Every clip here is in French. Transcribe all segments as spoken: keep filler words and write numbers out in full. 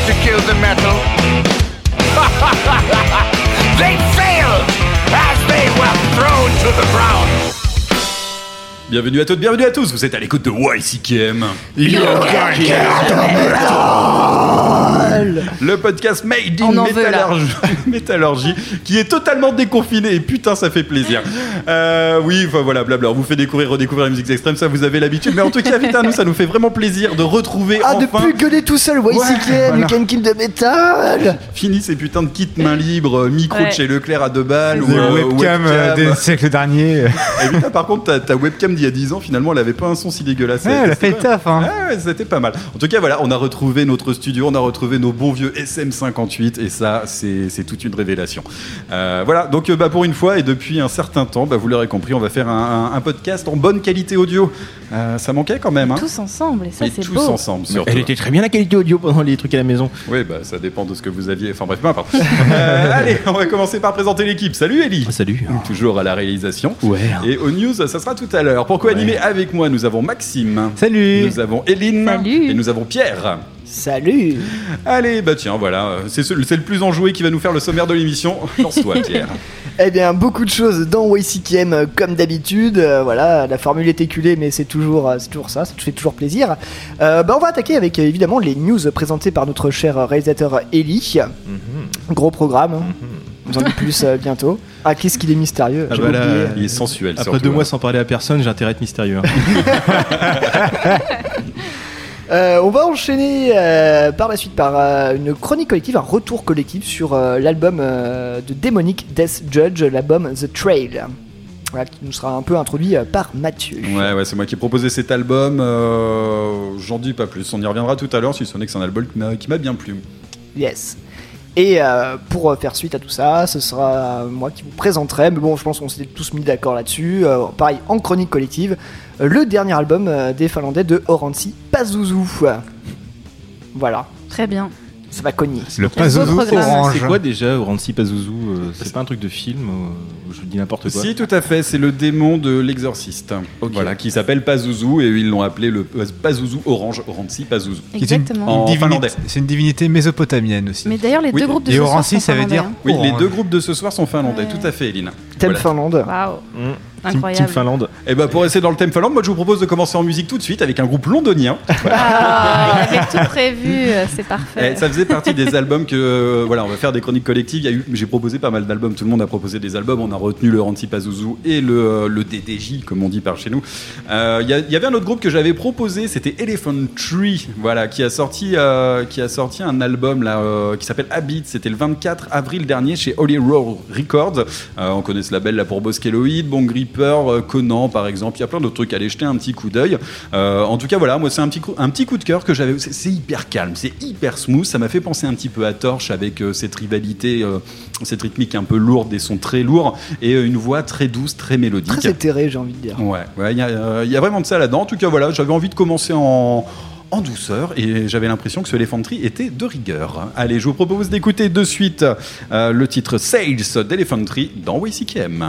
to kill the metal. They failed as they were thrown to the ground. Bienvenue à toutes, bienvenue à tous, vous êtes à l'écoute de Y C K M. Le podcast Made in Métallurgie, Métallurgie, qui est totalement déconfiné et putain ça fait plaisir. Euh, oui, enfin voilà, blabla, on vous fait découvrir, redécouvrir la musique extrême, ça vous avez l'habitude, mais en tout cas, putain, nous ça nous fait vraiment plaisir de retrouver ah, enfin... Ah, de plus gueuler tout seul, Y C K M, ouais, voilà. You can kill the metal. Fini ces putains de kits main libre, micro ouais. de chez Leclerc à deux balles, ou euh, webcam, webcam. Euh, des siècles derniers. Et putain, par contre, ta, ta webcam d'il y a dix ans, finalement, elle avait pas un son si dégueulasse. Ouais, elle a fait le taf, hein. Ah, ouais, c'était pas mal. En tout cas, voilà, on a retrouvé notre studio, on a retrouvé nos bons vieux S M cinquante-huit, et ça, c'est, c'est toute une révélation. Euh, voilà, donc bah, pour une fois, et depuis un certain temps, bah, vous l'aurez compris, on va faire un, un, un podcast en bonne qualité audio. Euh, ça manquait quand même. Hein. Tous ensemble, et ça, et c'est tous beau. ensemble, surtout. Elle était très bien la qualité audio pendant les trucs à la maison. Oui, bah ça dépend de ce que vous aviez. Enfin bref, peu importe. euh, allez, on va commencer par présenter l'équipe. Salut Ellie. Salut. Toujours à la réalisation. Ouais. Et aux news, ça sera tout à l'heure. Pour co-animer ouais. avec moi, nous avons Maxime. Salut. Nous avons Eline. Salut. Et nous avons Pierre. Salut. Allez, bah tiens, voilà, c'est, ce, c'est le plus enjoué qui va nous faire le sommaire de l'émission. Lance-toi, Pierre. Eh bien, beaucoup de choses dans Y C K M comme d'habitude. Euh, voilà, la formule est éculée, mais c'est toujours, c'est toujours ça, ça te fait toujours plaisir. Euh, bah, on va attaquer avec évidemment les news présentées par notre cher réalisateur Ellie. Mm-hmm. Gros programme. Mm-hmm. Vous en dites plus euh, bientôt. Ah, qu'est-ce qu'il est mystérieux. Ah bah là, il est sensuel. Après surtout, deux hein. mois sans parler à personne, j'ai intérêt à être mystérieux. Hein. Euh, on va enchaîner euh, par la suite par euh, une chronique collective, un retour collectif sur euh, l'album euh, de Demonic Death Judge, l'album The Trail. Voilà, qui nous sera un peu introduit euh, par Mathieu. Ouais, ouais, c'est moi qui ai proposé cet album. Euh, j'en dis pas plus. On y reviendra tout à l'heure, si ce n'est que c'est un album qui m'a, qui m'a bien plu. Yes. Et euh, pour faire suite à tout ça, ce sera moi qui vous présenterai, mais bon, je pense qu'on s'était tous mis d'accord là-dessus. Euh, pareil, en chronique collective, euh, le dernier album euh, des Finlandais de Oranssi Pazuzu. Voilà. Très bien. Ça va cogner. Le Pazuzu orange. C'est quoi déjà Oranssi Pazuzu euh, C'est pas un truc de film euh, Je dis n'importe quoi. Si, tout à fait, c'est le démon de l'exorciste. Okay. Voilà, qui s'appelle Pazuzu et ils l'ont appelé le Pazuzu orange, Oranssi Pazuzu. Exactement. En finlandais. C'est une divinité mésopotamienne aussi. Mais d'ailleurs, les oui. deux groupes de et ce Oranssi, soir sont ça veut dire hein. Oui, orange. les deux groupes de ce soir sont finlandais, ouais. tout à fait, Eline. Thème voilà. Finlande. Waouh. Mmh. Incroyable. Team Finlande. Et bah pour rester dans le thème Finlande, moi je vous propose de commencer en musique tout de suite avec un groupe londonien. Voilà. Ah, avec tout prévu, c'est parfait. Et ça faisait partie des albums que euh, voilà, on va faire des chroniques collectives. Il y a eu, j'ai proposé pas mal d'albums. Tout le monde a proposé des albums. On a retenu le Oranssi Pazuzu et le euh, le D D J comme on dit par chez nous. Euh, Il y, a, il y avait un autre groupe que j'avais proposé, c'était Elephant Tree, voilà, qui a sorti euh, qui a sorti un album là euh, qui s'appelle Habit. C'était le vingt-quatre avril dernier chez Holy Roll Records. Euh, on connaît ce label là pour Boskeloid, Bon Gripper, euh, Conan par exemple. Il y a plein d'autres trucs. Allez jeter un petit coup d'œil. Euh, en tout cas voilà, moi c'est un petit coup, un petit coup de cœur que j'avais. C'est, c'est hyper calme, c'est hyper smooth. Ça m'a fait penser un petit peu à Torche avec euh, cette rivalité, euh, cette rythmique un peu lourde, des sons très lourds et euh, une voix très douce, très mélodique. Très éthéré, j'ai envie de dire. Ouais, il ouais, y, euh, y a vraiment de ça là-dedans. En tout cas voilà, j'avais envie de commencer en en douceur et j'avais l'impression que ce Elephant Tree était de rigueur. Allez, je vous propose d'écouter de suite euh, le titre Sales d'Elephant Tree dans Y C K M.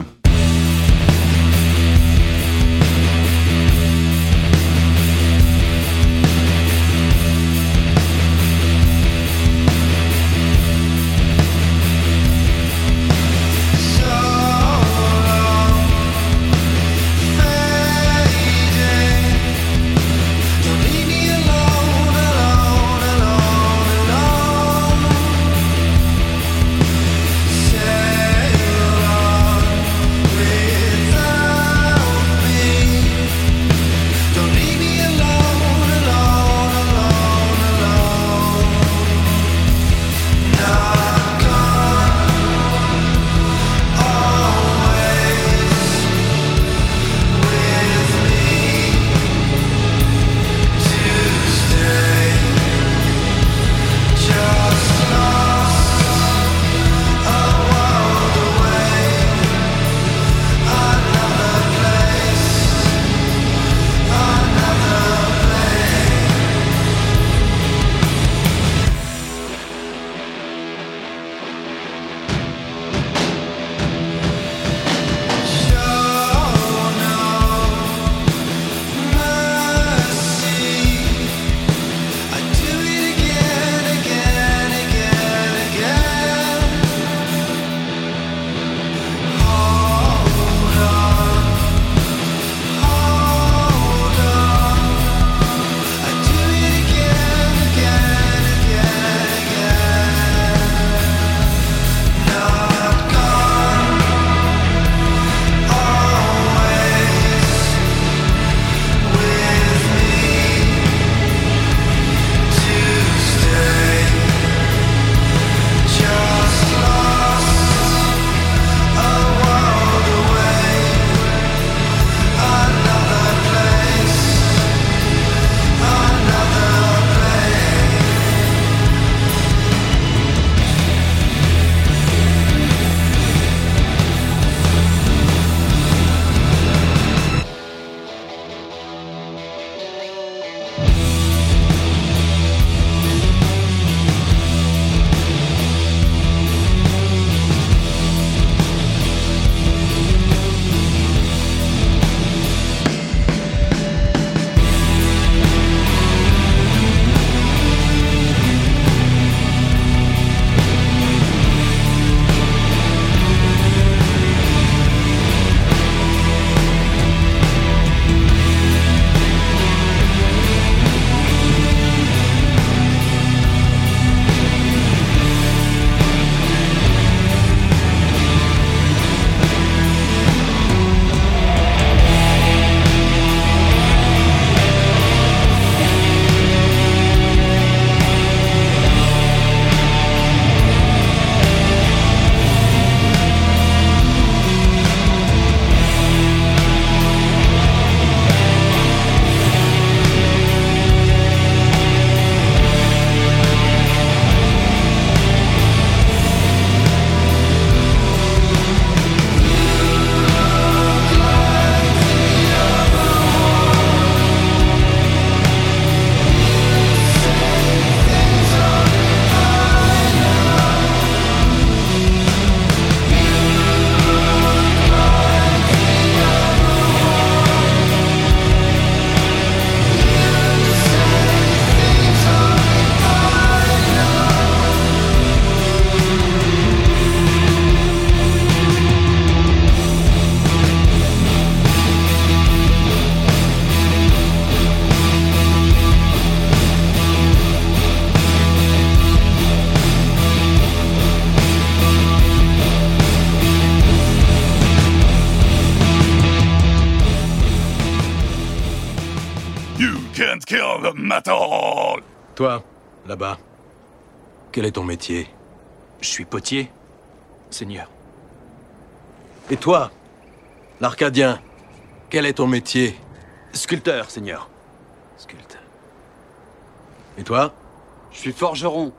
You can't kill the metal! Toi, là-bas, quel est ton métier? Je suis potier, seigneur. Et toi, l'Arcadien, quel est ton métier? Sculpteur, seigneur. Sculpteur. Et toi? Je suis forgeron.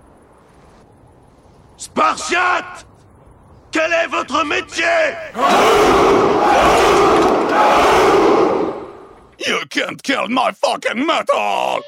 Spartiate! Quel est votre métier? You can't kill my fucking metal!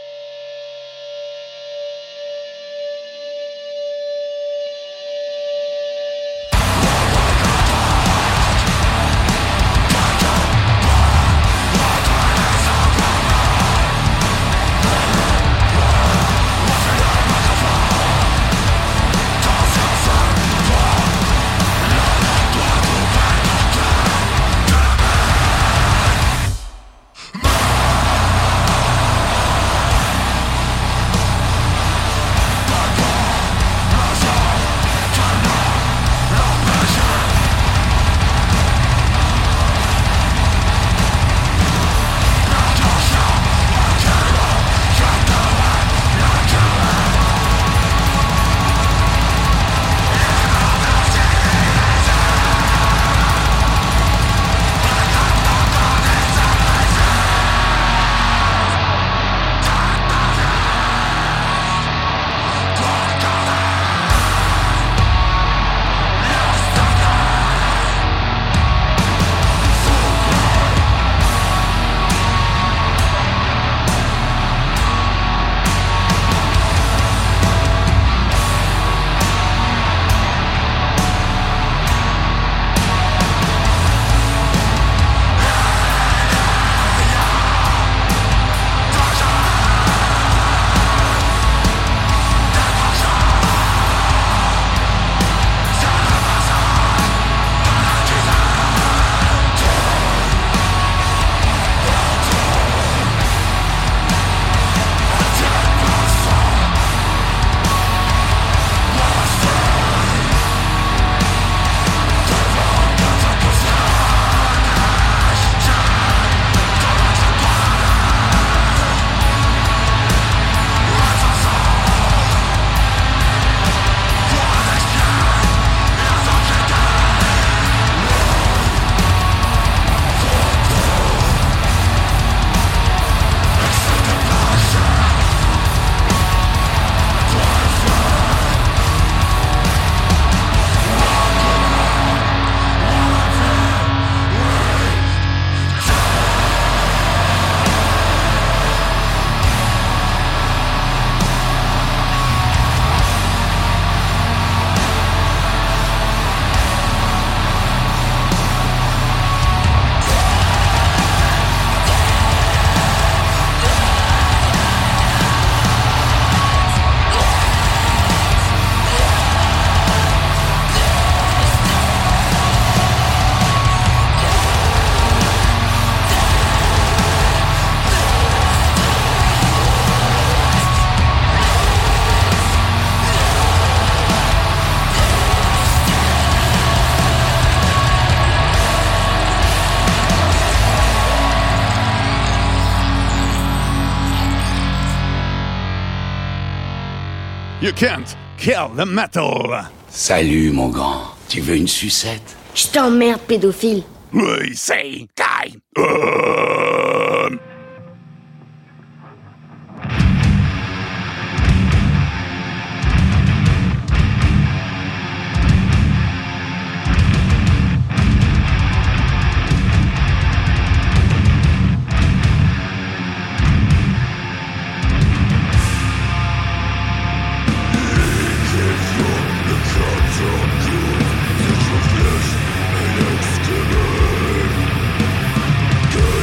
You can't kill the metal. Salut, mon grand. Tu veux une sucette? Je t'emmerde, pédophile. Oui, c'est... Kai. Euh... Good.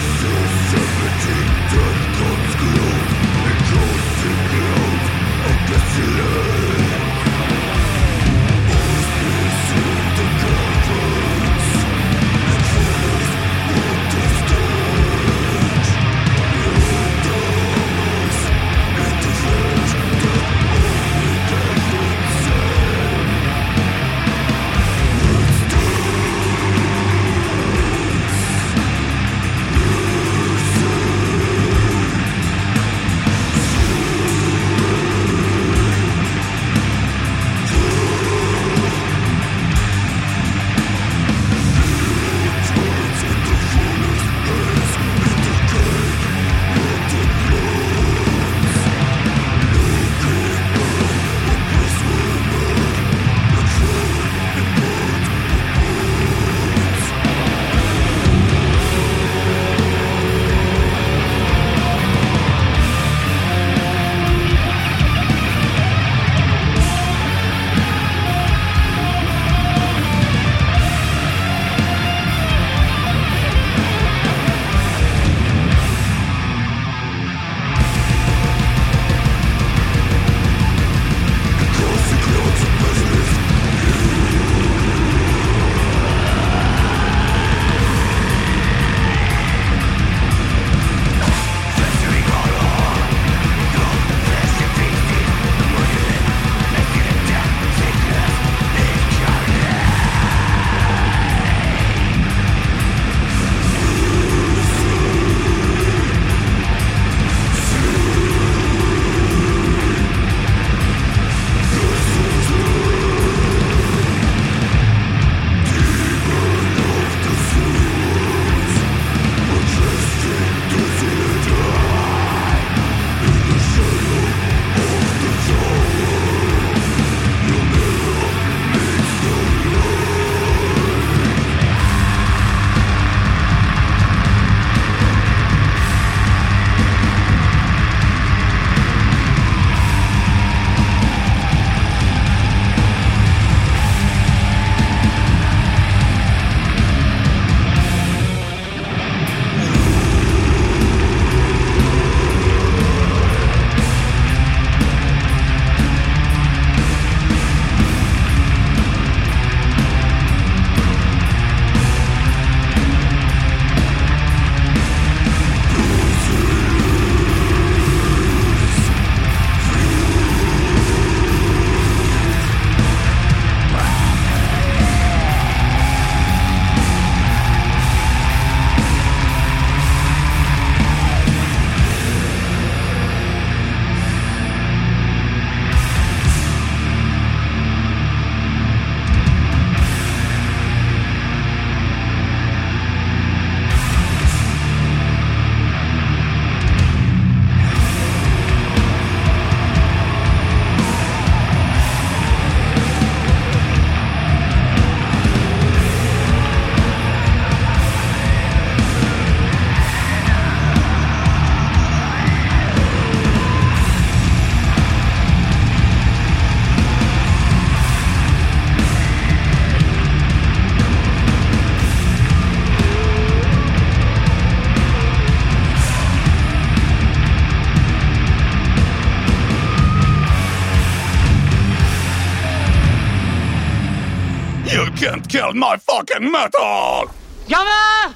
can't kill my fucking metal! Gamin!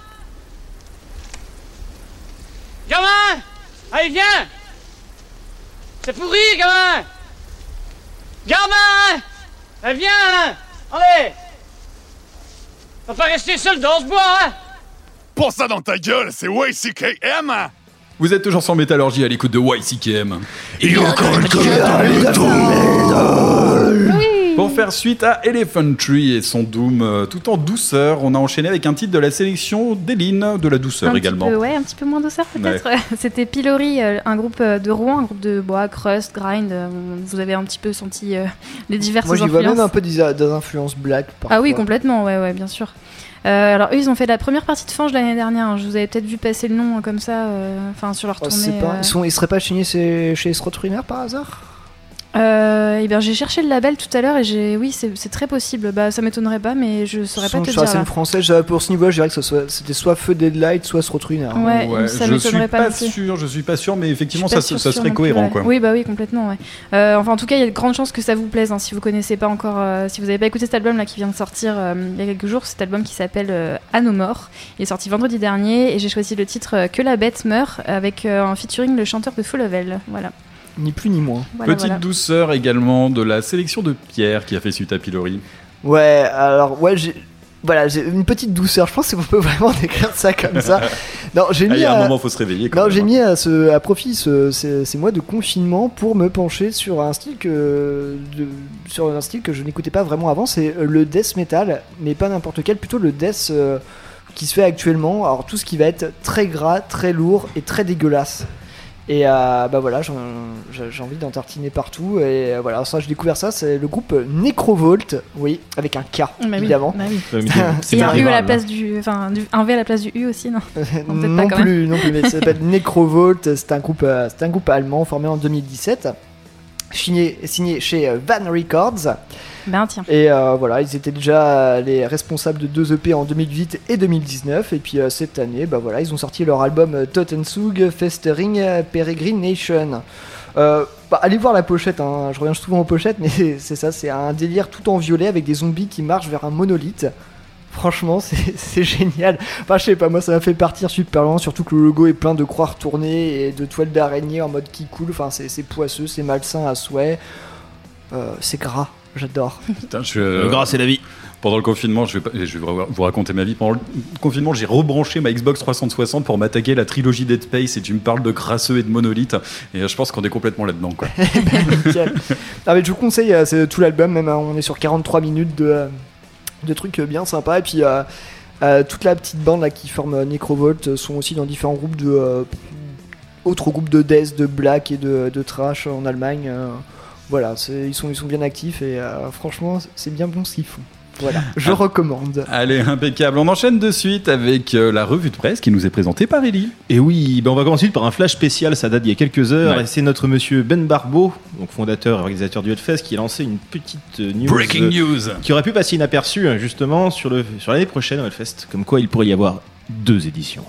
Gamin! Allez, viens! C'est pourri, gamin! Gamin! Allez, viens! Allez! On va pas rester seul dans ce bois, hein! Pour ça dans ta gueule, c'est Y C K M! Vous êtes toujours sur Métallurgie à l'écoute de Y C K M. Pour faire suite à Elephant Tree et son Doom, euh, tout en douceur, on a enchaîné avec un titre de la sélection d'Eline, de la douceur un également. Petit peu, ouais, un petit peu moins douceur peut-être. Ouais. C'était Pillory, euh, un groupe de Rouen, un groupe de bois, crust, grind. Euh, vous avez un petit peu senti euh, les diverses Moi, j'y influences. vois même un peu des, des influences black. Parfois. Ah oui, complètement, ouais, ouais, bien sûr. Euh, alors eux, ils ont fait la première partie de Fange l'année dernière. Hein. Je vous avais peut-être vu passer le nom euh, comme ça, enfin euh, sur leur oh, tournée. Pas... Euh... Ils, sont... ils seraient pas signés chez, chez Srotrunner par hasard? Euh, et bien j'ai cherché le label tout à l'heure et j'ai oui c'est, c'est très possible, bah ça m'étonnerait pas mais je saurais pas te sur dire. la scène française, pour ce niveau, je dirais que ça soit, c'était soit Feu Deadlight, soit Srotrunner. Ouais, ouais, ça je m'étonnerait suis pas. pas sûr, je suis pas sûr, mais effectivement ça, sûr, ça sûr serait cohérent plus, ouais. quoi. Oui bah oui complètement. Ouais. Euh, enfin en tout cas il y a de grandes chances que ça vous plaise hein, si vous connaissez pas encore, euh, si vous avez pas écouté cet album là qui vient de sortir euh, il y a quelques jours, cet album qui s'appelle euh, À nos morts. Il est sorti vendredi dernier et j'ai choisi le titre euh, Que la bête meurt avec euh, en featuring le chanteur de Full Level. Voilà. Ni plus ni moins. Voilà, Petite voilà. douceur également de la sélection de Pierre qui a fait suite à Pillory. Ouais, alors ouais, j'ai voilà, j'ai une petite douceur. Je pense qu'on peut vraiment décrire ça comme ça. Non, j'ai mis. Il y a à... un moment, faut se réveiller. Quand non, même. j'ai mis à, ce, à profit ce, ces, ces mois de confinement pour me pencher sur un style que de, sur un style que je n'écoutais pas vraiment avant. C'est le death metal, mais pas n'importe quel, plutôt le death euh, qui se fait actuellement. Alors tout ce qui va être très gras, très lourd et très dégueulasse. Et euh, bah voilà, j'en, j'ai envie d'en tartiner partout. Et euh, voilà, ça, j'ai découvert ça, c'est le groupe Necrovault, oui, avec un K, bah évidemment. Oui, bah oui. C'est un U à la place du, enfin, du, un V à la place du U aussi, non? Non, peut-être non pas, quand plus, même. non plus. Mais ça s'appelle Necrovault. C'est un groupe, euh, c'est un groupe allemand formé en deux mille dix-sept, signé, signé chez euh, Van Records. Ben tiens. Et euh, voilà, ils étaient déjà les responsables de deux E P en deux mille huit et deux mille dix-neuf. Et puis euh, cette année, bah voilà, ils ont sorti leur album euh, Totenzug Festering Peregrination. Euh, bah, allez voir la pochette, hein. Je reviens souvent aux pochettes, mais c'est, c'est ça, c'est un délire tout en violet avec des zombies qui marchent vers un monolithe. Franchement, c'est, c'est génial. Enfin, je sais pas, moi ça m'a fait partir super loin, surtout que le logo est plein de croix retournées et de toiles d'araignée en mode qui coule. Enfin, c'est, c'est poisseux, c'est malsain à souhait. Euh, c'est gras. J'adore. Putain, je, euh, le gras, c'est la vie. Pendant le confinement, je vais, pas, je vais vous raconter ma vie. Pendant le confinement, j'ai rebranché ma Xbox trois cent soixante pour m'attaquer à la trilogie Dead Space et tu me parles de crasseux et de monolithes. Et je pense qu'on est complètement là-dedans, quoi. Nickel. Ah, mais je vous conseille c'est tout l'album, même hein, on est sur quarante-trois minutes de, de trucs bien sympas. Et puis euh, euh, toute la petite bande là, qui forme Necrovault sont aussi dans différents groupes de euh, autres groupes de death, de black et de, de trash en Allemagne. Euh, Voilà, c'est, ils, sont, ils sont bien actifs et euh, franchement, c'est bien bon ce qu'ils font. Voilà, je ah. recommande. Allez, impeccable. On enchaîne de suite avec euh, la revue de presse qui nous est présentée par Ellie. Et oui, ben on va commencer par un flash spécial, ça date d'il y a quelques heures. Ouais. Et c'est notre monsieur Ben Barbeau, donc fondateur et organisateur du Hellfest, qui a lancé une petite news. Breaking news. Qui aurait pu passer inaperçue, justement, sur, le, sur l'année prochaine au Hellfest. Comme quoi, il pourrait y avoir deux éditions.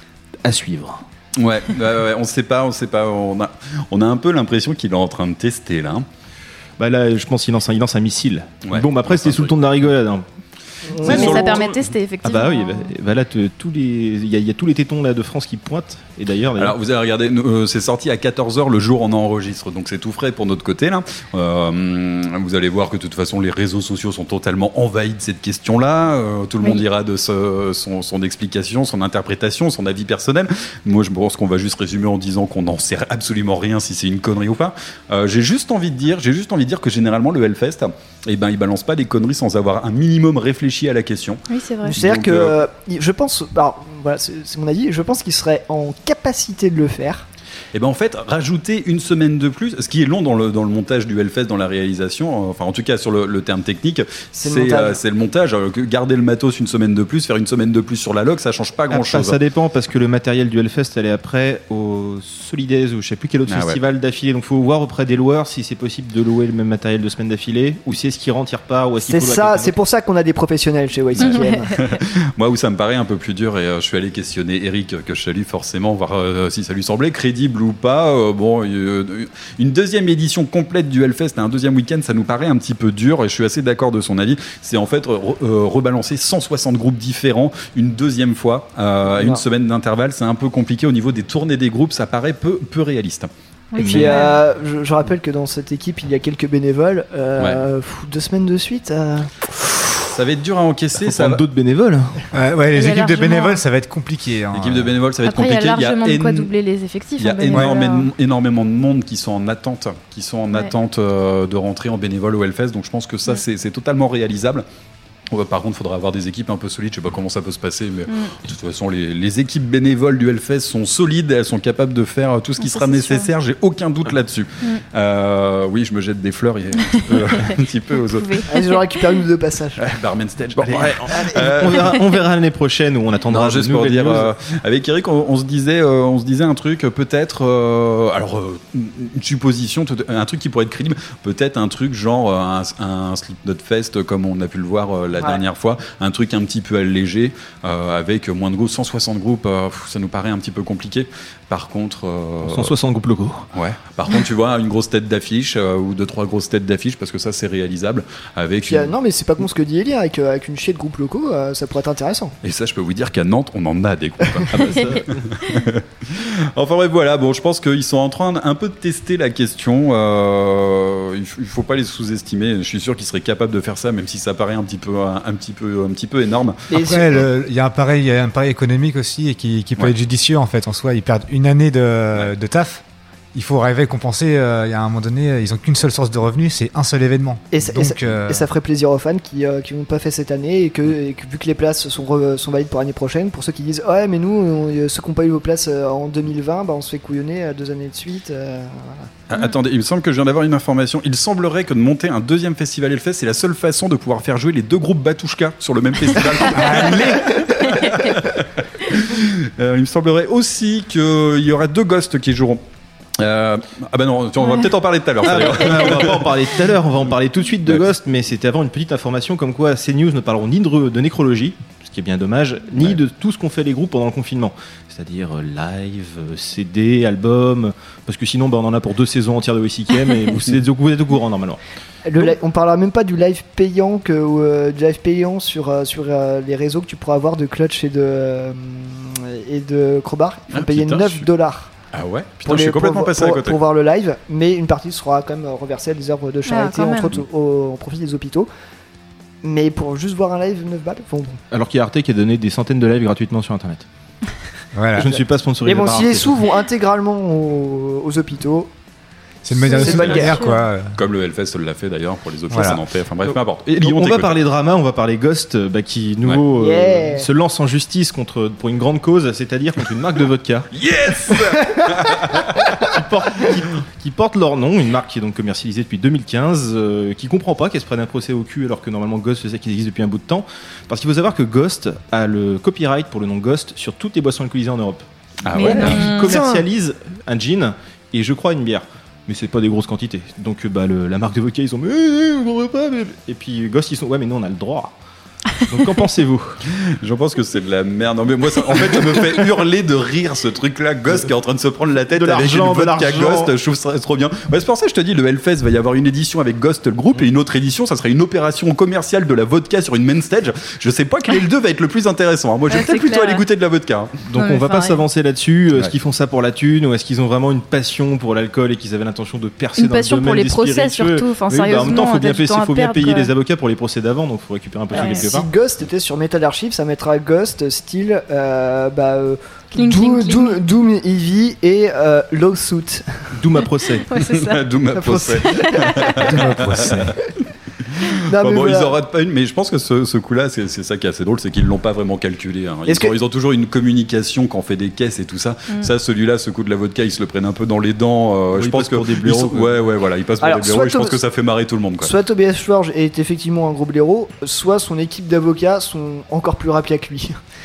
À suivre. Ouais, ouais, ouais, on sait pas, on sait pas. On a, on a un peu l'impression qu'il est en train de tester là. Bah là, je pense qu'il lance un, il lance un missile. Ouais, bon, bah après, c'était sous le ton de la rigolade. Hein. Ouais, mais ça permet de tester, effectivement. Ah bah oui, bah, bah là, te, tous les, il y, y a tous les tétons là de France qui pointent. Et d'ailleurs, d'ailleurs... alors vous avez regardé, euh, c'est sorti à quatorze heures le jour où on enregistre, donc c'est tout frais pour notre côté là. Euh, vous allez voir que de toute façon les réseaux sociaux sont totalement envahis de cette question-là. Euh, tout le oui. monde ira de ce, son, son explication, son interprétation, son avis personnel. Moi, je pense qu'on va juste résumer en disant qu'on n'en sait absolument rien si c'est une connerie ou pas. Euh, j'ai juste envie de dire, j'ai juste envie de dire que généralement le Hellfest, eh ben, il balance pas des conneries sans avoir un minimum réfléchi à la question. Oui, c'est vrai. C'est-à-dire donc, que euh... euh, je pense, alors, voilà, c'est, c'est mon avis, je pense qu'il serait en capacité de le faire. Et ben en fait, rajouter une semaine de plus, ce qui est long dans le, dans le montage du Hellfest, dans la réalisation, enfin en tout cas sur le, le terme technique, c'est, c'est, le, montage. Euh, c'est le montage. Alors, garder le matos une semaine de plus, faire une semaine de plus sur la log, ça change pas grand-chose. Ah, ça dépend parce que le matériel du Hellfest, elle est après au Solidays ou je sais plus quel autre ah, festival ouais. d'affilée. Donc il faut voir auprès des loueurs si c'est possible de louer le même matériel deux semaines d'affilée ou si est-ce qu'il rentre, il repart ou est-ce qu'il c'est ça, c'est pour ça qu'on a des professionnels chez Y C K M. Moi où ça me paraît un peu plus dur et euh, je suis allé questionner Eric que je salue forcément, voir euh, si ça lui semblait crédible possible ou pas. Euh, bon, euh, une deuxième édition complète du Hellfest et un deuxième week-end, ça nous paraît un petit peu dur et je suis assez d'accord de son avis. C'est en fait re- euh, rebalancer cent soixante groupes différents une deuxième fois euh, à une semaine d'intervalle. C'est un peu compliqué au niveau des tournées des groupes, ça paraît peu, peu réaliste. Et puis, euh, je, je rappelle que dans cette équipe, il y a quelques bénévoles. Euh, Ouais. pff, deux semaines de suite. Euh... Ça va être dur à encaisser. Ça va... d'autres bénévoles. Ouais, ouais, les Il y a équipes de largement- bénévoles, ça va être compliqué. Hein. L'équipe de bénévoles, ça va Après, être compliqué. il y a largement de quoi éno- doubler les effectifs. Il y a en bénévolat. énormément, énormément de monde qui sont en attente, qui sont en Ouais. attente euh, de rentrer en bénévole au Hellfest. Donc je pense que ça, Ouais. c'est, c'est totalement réalisable. Ouais, par contre, il faudra avoir des équipes un peu solides. Je sais pas comment ça peut se passer, mais Mm. de toute façon, les, les équipes bénévoles du Hellfest sont solides. Elles sont capables de faire tout ce qui Ça, sera c'est nécessaire. J'ai aucun doute là-dessus. Mm. Euh, oui, je me jette des fleurs et un petit peu, un petit peu aux autres. Allez, j'en récupère une ou deux passages. Ouais, Barman Stage. Bon, Allez. ouais. Euh, on verra, on verra l'année prochaine où on attendra Non, de juste pour nouvelles dire, news. euh, avec Eric, on, on se disait, euh, on se disait un truc, euh, peut-être, euh, alors euh, une supposition, tout- un truc qui pourrait être crédible, peut-être un truc genre euh, un, un Slipknot Fest comme on a pu le voir euh, la Ouais. dernière fois, un truc un petit peu allégé euh, avec moins de groupes, cent soixante groupes, euh, pff, ça nous paraît un petit peu compliqué. Par contre, euh, cent soixante groupes locaux. ouais. Par contre, tu vois, une grosse tête d'affiche euh, ou deux trois grosses têtes d'affiche parce que ça c'est réalisable avec. Puis, euh, une- non, mais c'est pas con ce que dit Elie, avec, euh, avec une chier de groupes locaux, euh, ça pourrait être intéressant. Et ça, je peux vous dire qu'à Nantes, on en a des groupes. Ah bah ça. Enfin bref, voilà. Bon, je pense qu'ils sont en train un peu de tester la question. Euh, il, faut, il faut pas les sous-estimer. Je suis sûr qu'ils seraient capables de faire ça, même si ça paraît un petit peu, un, un petit peu, un petit peu énorme. Et Après, le- il y a un pari, il y a un pari économique aussi et qui, qui peut Ouais. être judicieux en fait. En soi, ils perdent une année de, de taf. Il faut arriver à compenser. euh, Il y a un moment donné, ils ont qu'une seule source de revenus, c'est un seul événement. Et ça, et Donc, ça- euh, et ça ferait plaisir aux fans qui euh, qui n'ont pas fait cette année et que, et que vu que les places sont, re- sont valides pour l'année prochaine, pour ceux qui disent ouais mais nous on- euh, ceux qui n'ont pas eu vos places euh, en deux mille vingt, bah, on se fait couillonner euh, deux années de suite. euh, voilà. Ah, attendez, il me semble que je viens d'avoir une information. Il semblerait que de monter un deuxième festival Hellfest, c'est la seule façon de pouvoir faire jouer les deux groupes Batushka sur le même festival. Euh, il me semblerait aussi qu'il y aura deux ghosts qui joueront. Euh, ah bah non, on va Ouais. peut-être en parler tout à l'heure. ça, Alors, d'ailleurs. on va pas en parler tout à l'heure, on va en parler tout de suite de Ouais. Ghost, mais c'était avant une petite information comme quoi ces news ne parleront ni de, de nécrologie, ce qui est bien dommage, ni Ouais. de tout ce qu'ont fait les groupes pendant le confinement. C'est-à-dire euh, live, euh, C D, album, parce que sinon bah, on en a pour deux saisons entières de W C K M et vous êtes, vous êtes au courant normalement. Le li- on parlera même pas du live payant que ou, euh, du live payant sur euh, sur euh, les réseaux que tu pourras avoir de Clutch et de euh, et de Crowbar. Il faut Ah, payer putain, neuf je suis- dollars. Ah ouais, putain, Pour, je suis les- complètement pour- passé à pour- côté. pour voir le live, mais une partie sera quand même euh, reversée à des œuvres de charité, quand entre même. autres au, au profit des hôpitaux. Mais pour juste voir un live, neuf balles, bon, bon. Alors qu'il y a Arte qui a donné des centaines de lives gratuitement sur internet. voilà. Je ne suis pas sponsorisé Mais bon, par si Arte. les sous vont intégralement aux, aux hôpitaux, C'est une manière de c'est se pas une guerre guerre. quoi. Comme le Hellfest l'a fait d'ailleurs pour les autres Voilà. choses, ça n'en fait. Enfin bref, peu importe. Et Donc, Lyon, on va t'écoute. parler drama, on va parler Ghost, euh, bah, qui nouveau Ouais. euh, Yeah. se lance en justice contre, pour une grande cause, c'est-à-dire contre une marque de vodka Yes. qui, porte, qui- qui porte leur nom, une marque qui est donc commercialisée depuis deux mille quinze, euh, qui comprend pas qu'elle se prenne un procès au cul alors que normalement Ghost sait qu'il existe depuis un bout de temps, parce qu'il faut savoir que Ghost a le copyright pour le nom Ghost sur toutes les boissons alcoolisées en Europe. Ah Mais ouais. non. Ils commercialisent un gin et je crois une bière. Mais c'est pas des grosses quantités. Donc bah, le- la marque de vodka, ils sont mais eh, on devrait pas. mais- Et puis Ghost, ils sont ouais mais non on a le droit. Donc qu'en pensez-vous? Je pense que c'est de la merde. Non, mais moi, ça- en fait, ça me fait hurler de rire ce truc-là. Ghost qui est en train de se prendre la tête De avec une l'argent, de vodka l'argent. Ghost. Je trouve ça trop bien. Ouais, c'est pour ça que je te dis, le Hellfest va y avoir une édition avec Ghost le groupe et une autre édition. Ça serait une opération commerciale de la vodka sur une main stage. Je sais pas quel est le deux va être le plus intéressant. hein. Moi, je vais Ouais, peut-être c'est plutôt clair. aller goûter de la vodka. hein. Donc Ouais, on mais va pas pareil. s'avancer là-dessus. Euh, Est-ce Ouais. qu'ils font ça pour la thune ou est-ce qu'ils ont vraiment une passion pour l'alcool et qu'ils avaient l'intention de percer Une dans le passion pour domaine les des procès, spiritueux? surtout. Enfin, Oui, bah, en même temps, sérieusement, faut bien, t'as du payer- temps à faut bien perdre, payer quoi. les avocats pour les procès d'avant, donc faut récupérer un peu de Ouais. quelque si part. Ghost était sur Metal Archive, ça mettra Ghost, style euh, bah, euh, Cling, Doom, cling, Doom, Doom Eevee et euh, Lawsuit. D'où ma procès. Ouais, c'est ça. D'où ma procès. Non, Enfin, mais bon, voilà. ils en ratent pas une, mais je pense que ce, ce coup-là, c'est c'est ça qui est assez drôle, c'est qu'ils l'ont pas vraiment calculé. hein. Ils, Est-ce ont, que- ils ont toujours une communication quand on fait des caisses et tout ça. Mm. Ça, celui-là, ce coup de la vodka, ils se le prennent un peu dans les dents. euh, Oui, je ils pense passent que pour des ils blaireaux, sont- quoi. ouais, ouais, voilà, ils passent pour Alors, des blaireaux. soit Et je pense Tom- que ça fait marrer tout le monde, quoi. Soit Tobias Forge est effectivement un gros blaireau, soit son équipe d'avocats sont encore plus rapides que lui.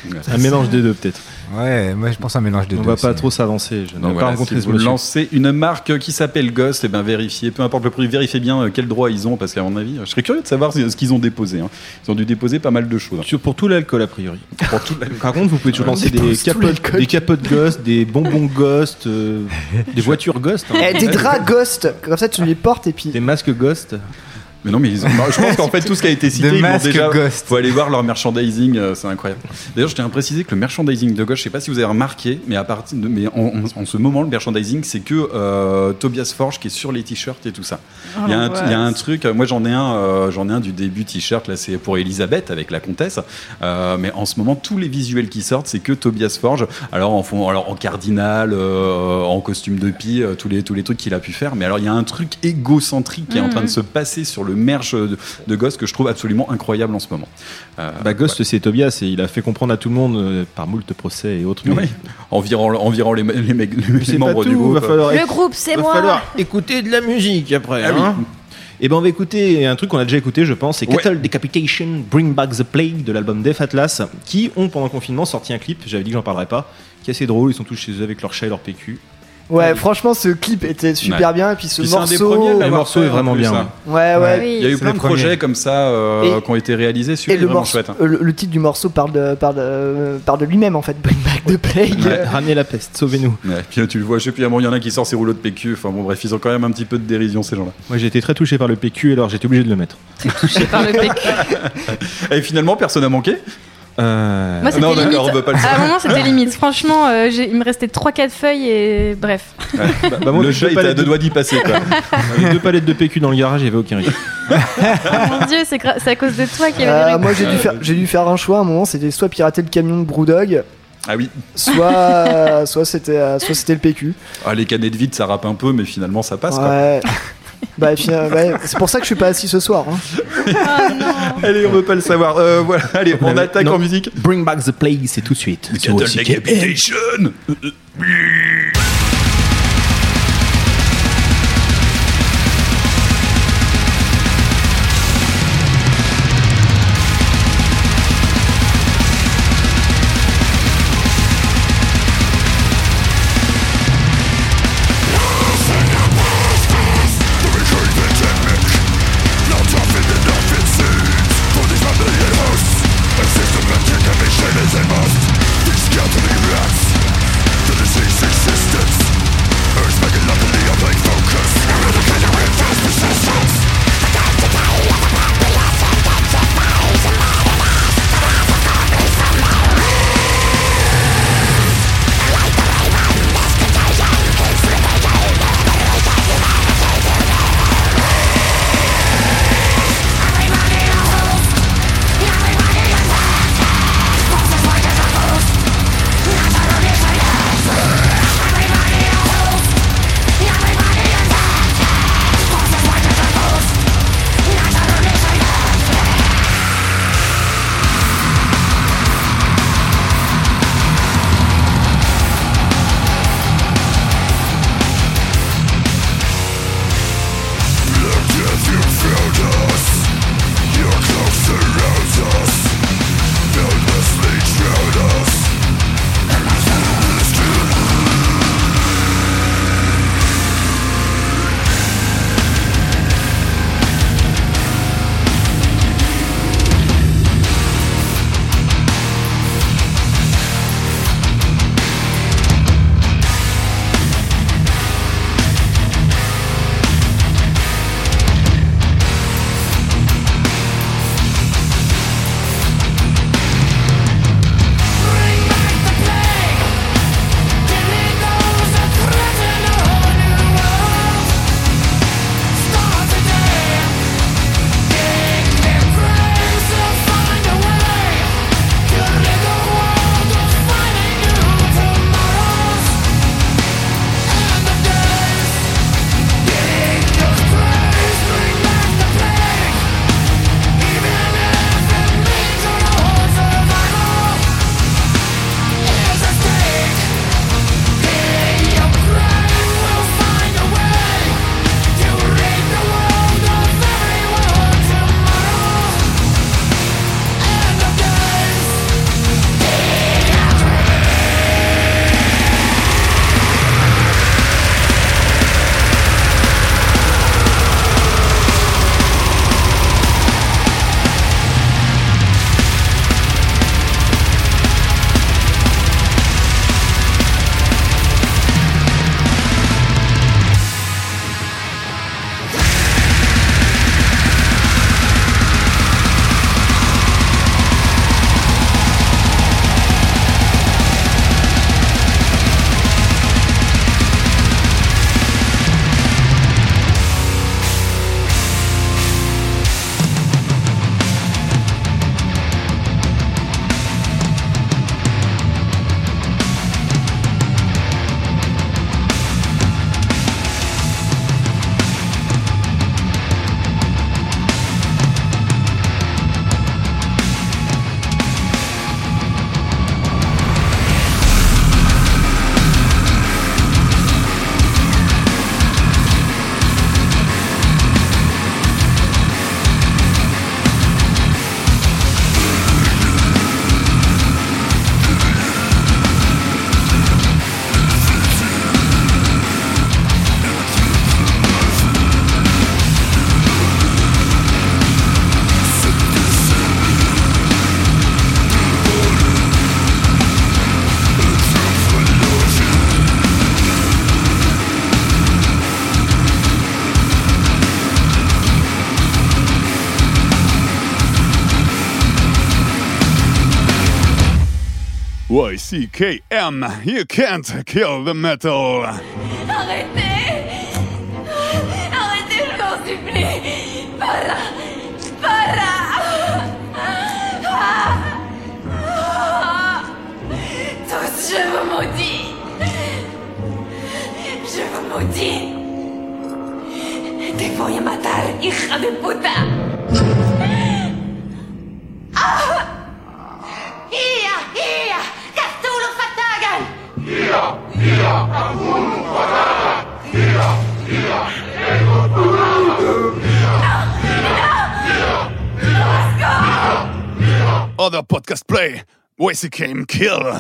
Un mélange des deux peut-être. Ouais, moi je pense un mélange des On deux. va pas aussi. trop s'avancer. Je n'ai Donc pas voilà, rencontré si ce vous monsieur. lancez une marque qui s'appelle Ghost, et ben vérifiez, peu importe le prix, vérifiez bien quels droits ils ont, parce qu'à mon avis, je serais curieux de savoir ce qu'ils ont déposé. Hein. Ils ont dû déposer pas mal de choses. Sur- Pour tout l'alcool a priori. Pour tout la- Par contre, vous pouvez toujours On lancer des dépose tout capotes, l'alcool. des capotes Ghost, des bonbons Ghost, euh, des voitures Ghost, hein. Eh, des draps Ghost, comme ça tu les portes et puis. des masques Ghost. Mais non, mais ils ont... non, je pense qu'en fait, tout ce qui a été cité, De ils l'ont masque déjà. Ghost. Faut aller voir leur merchandising, euh, c'est incroyable. D'ailleurs, je tiens à préciser que le merchandising de Ghost, je sais pas si vous avez remarqué, mais à partir de, mais en, en- en ce moment, le merchandising, c'est que euh, Tobias Forge qui est sur les t-shirts et tout ça. Il y a un, Oh, il y a un ouais. truc. euh, Moi, j'en ai un, euh, j'en ai un du début t-shirt. Là, c'est pour Elisabeth avec la comtesse. Euh, mais en ce moment, tous les visuels qui sortent, c'est que Tobias Forge. Alors, en fond, alors en cardinal, euh, en costume de pie, euh, tous les tous les trucs qu'il a pu faire. Mais alors, il y a un truc égocentrique qui est en train de se passer sur le merch de, de Ghost que je trouve absolument incroyable en ce moment. Euh, Bah, Ghost, c'est Tobias et il a fait comprendre à tout le monde euh, par moult procès et autres. ouais. mais- Oui. Environ, environ les, les, mecs- les C'est pas membres tout, du groupe. va falloir, Le groupe, c'est va moi. falloir écouter de la musique après. Ah oui. hein. Et ben on va écouter un truc qu'on a déjà écouté, je pense, c'est Ouais. Cattle Decapitation, Bring Back the Plague de l'album Death Atlas, qui ont pendant le confinement sorti un clip. J'avais dit que j'en parlerais pas, qui est assez drôle. Ils sont tous chez eux avec leur chat et leur P Q. Ouais, franchement, ce clip était super Ouais. bien. Et puis ce Puis c'est un des morceau. premiers à Le l'avoir morceau fait, est en vraiment plus, bien. hein. Ouais, ouais. Oui. Il y a eu C'est plein le de premier. projets comme ça euh, Et- qui ont été réalisés. Et Celui-là est le, vraiment morceau, chouette. hein. euh, le, le titre du morceau parle de, parle de, parle de lui-même en fait, Bring Back the Plague. Ouais. Ramenez la peste, sauvez-nous. Ouais, puis là, tu le vois, je sais plus, à un moment, il y en a qui sort ses rouleaux de P Q. Enfin bon, bref, ils ont quand même un petit peu de dérision, ces gens-là. Moi j'ai été très touché par le P Q, alors j'étais obligé de le mettre. Touché par le P Q. Et finalement, personne n'a manqué. Euh, Moi, c'était non, limite. d'accord, on veut pas le À un savoir. moment, c'était limite. Franchement, euh, j'ai- il me restait trois quatre feuilles et bref. Ouais. bah, bah, moi, le deux chat était à palettes deux de- doigts d'y passer, quoi. Avec deux palettes de P Q dans le garage, il n'y avait aucun risque. Oh mon dieu, c'est gra- c'est à cause de toi qu'il y avait Euh, des rues. moi j'ai dû, faire, j'ai dû faire un choix à un moment, c'était soit pirater le camion de Brewdog, Ah oui. soit, soit, c'était, euh, soit c'était le P Q. Ah, les canettes vides, ça rappe un peu, mais finalement, ça passe, quoi. Ouais. Bah, fina- ouais, c'est pour ça que je suis pas assis ce soir. hein. Oh non. Allez, on veut pas le savoir. Euh, voilà, allez, on l'avez- attaque non. en musique. Bring Back the Plague, c'est tout de suite. Cattle Decapitation. System of decommission is a must. These gathering rats, the disease is Y C K M, you can't kill the metal. Arrêtez! Arrêtez, je vous en supplie! Para! Para! Tous, je vous maudis! Je vous maudis! Te voy a matar, hija de puta! Ah! Ia! Ia! Cthulhu Fatagan! Ia! Ia! Cthulhu Fatagan! Ia! Ia! Other podcast play, Y C K M Kill.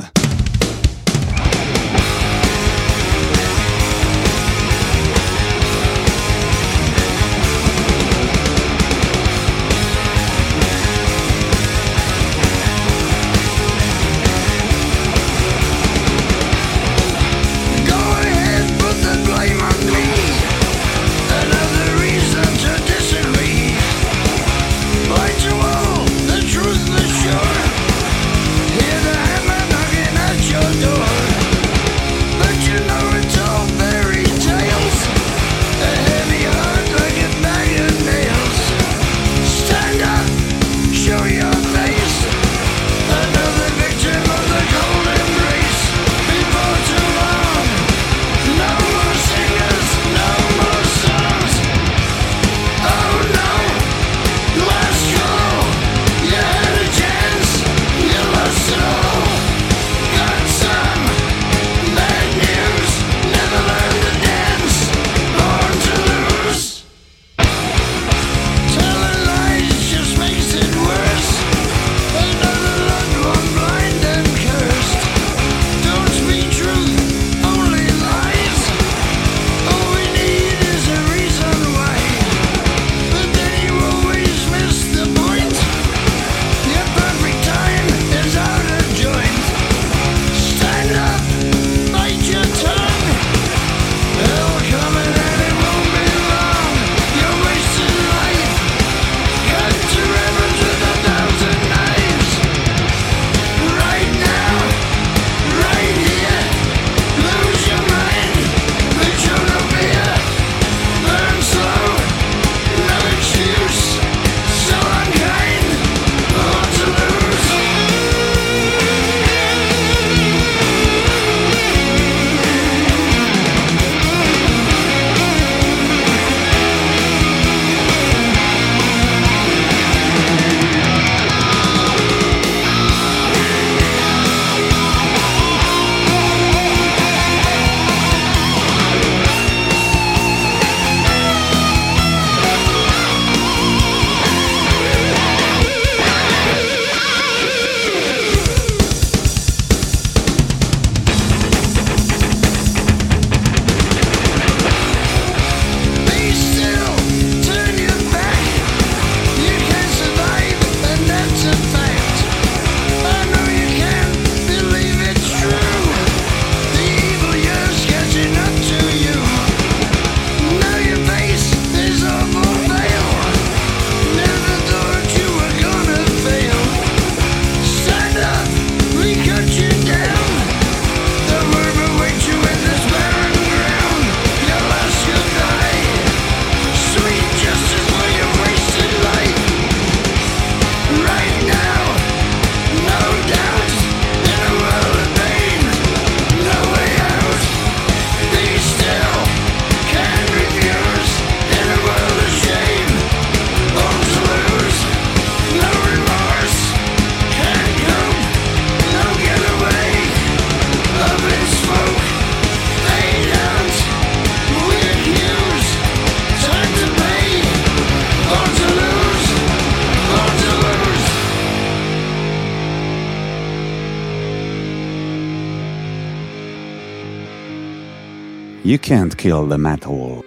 You can't kill the metal.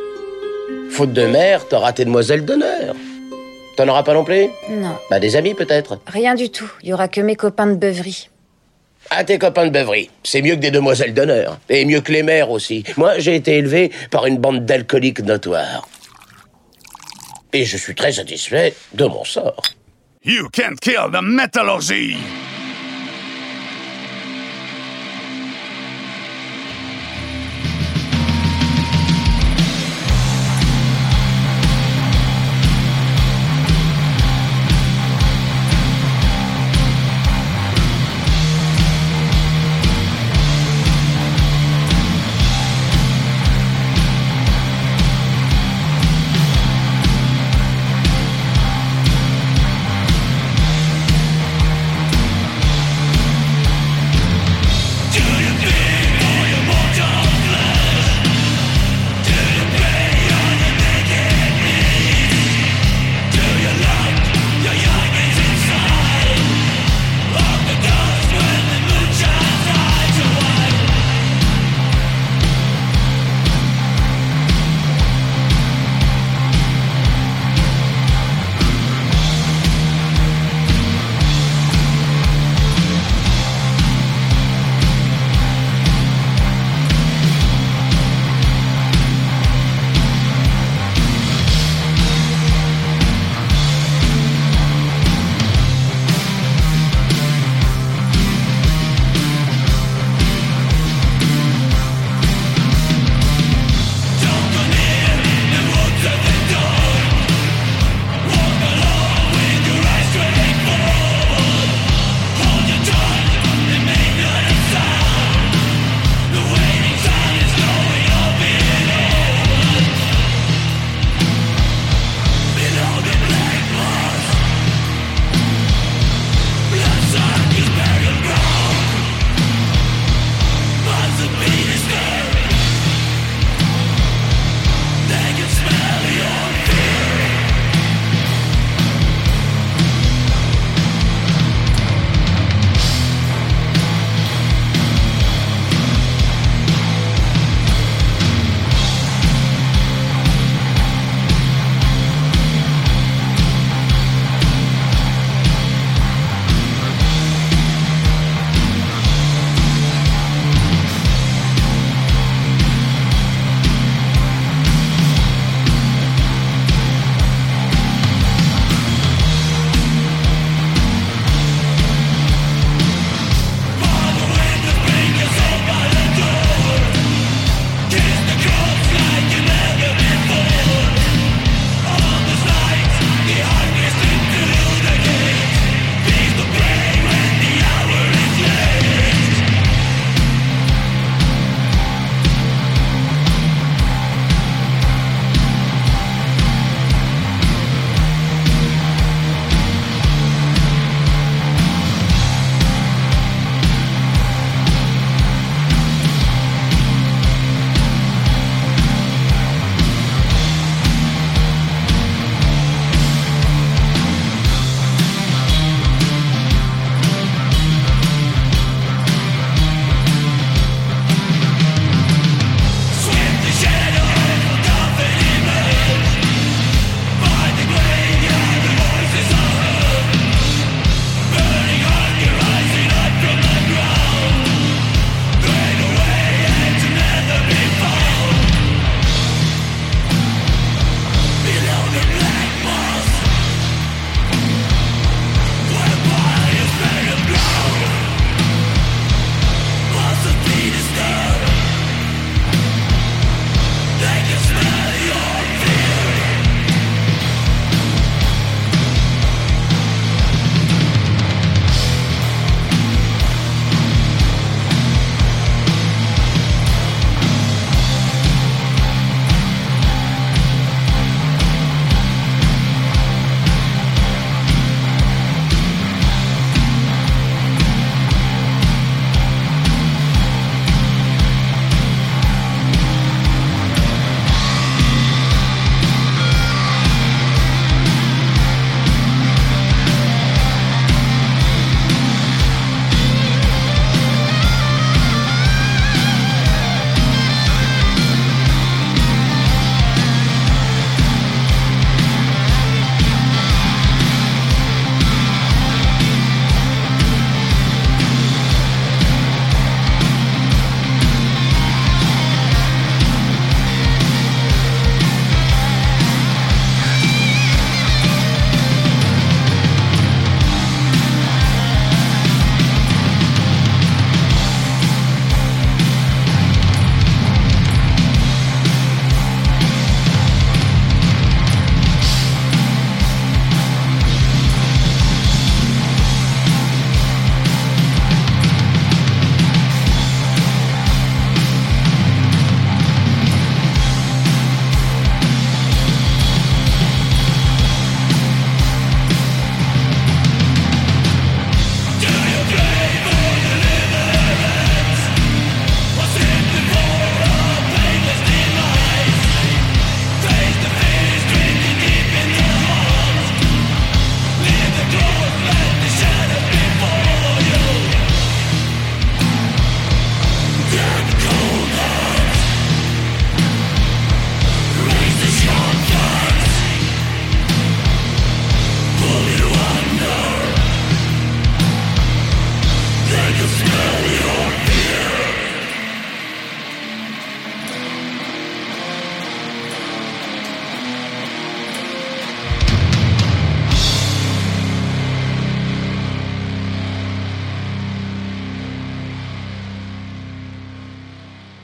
Faute de mère, t'as raté demoiselle d'honneur. T'en auras pas non plus? Non. Bah des amis peut-être? Rien du tout. Il y aura que mes copains de beuverie. Ah, tes copains de beuverie. C'est mieux que des demoiselles d'honneur. Et mieux que les mères aussi. Moi, j'ai été élevé par une bande d'alcooliques notoires. Et je suis très satisfait de mon sort. You can't kill the metallurgy.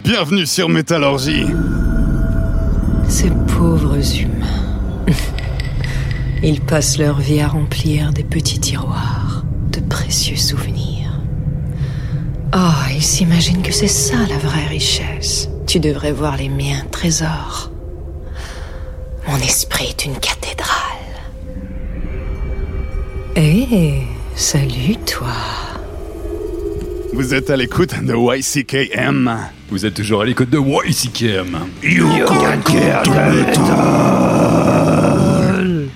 Bienvenue sur Métallurgie. Ces pauvres humains. Ils passent leur vie à remplir des petits tiroirs de précieux souvenirs. Oh, ils s'imaginent que c'est ça la vraie richesse. Tu devrais voir les miens trésors. Mon esprit est une cathédrale. Hé, hey, salut toi. Vous êtes à l'écoute de Y C K M. Vous êtes toujours à l'écoute de Y C K M. You can kill the metal.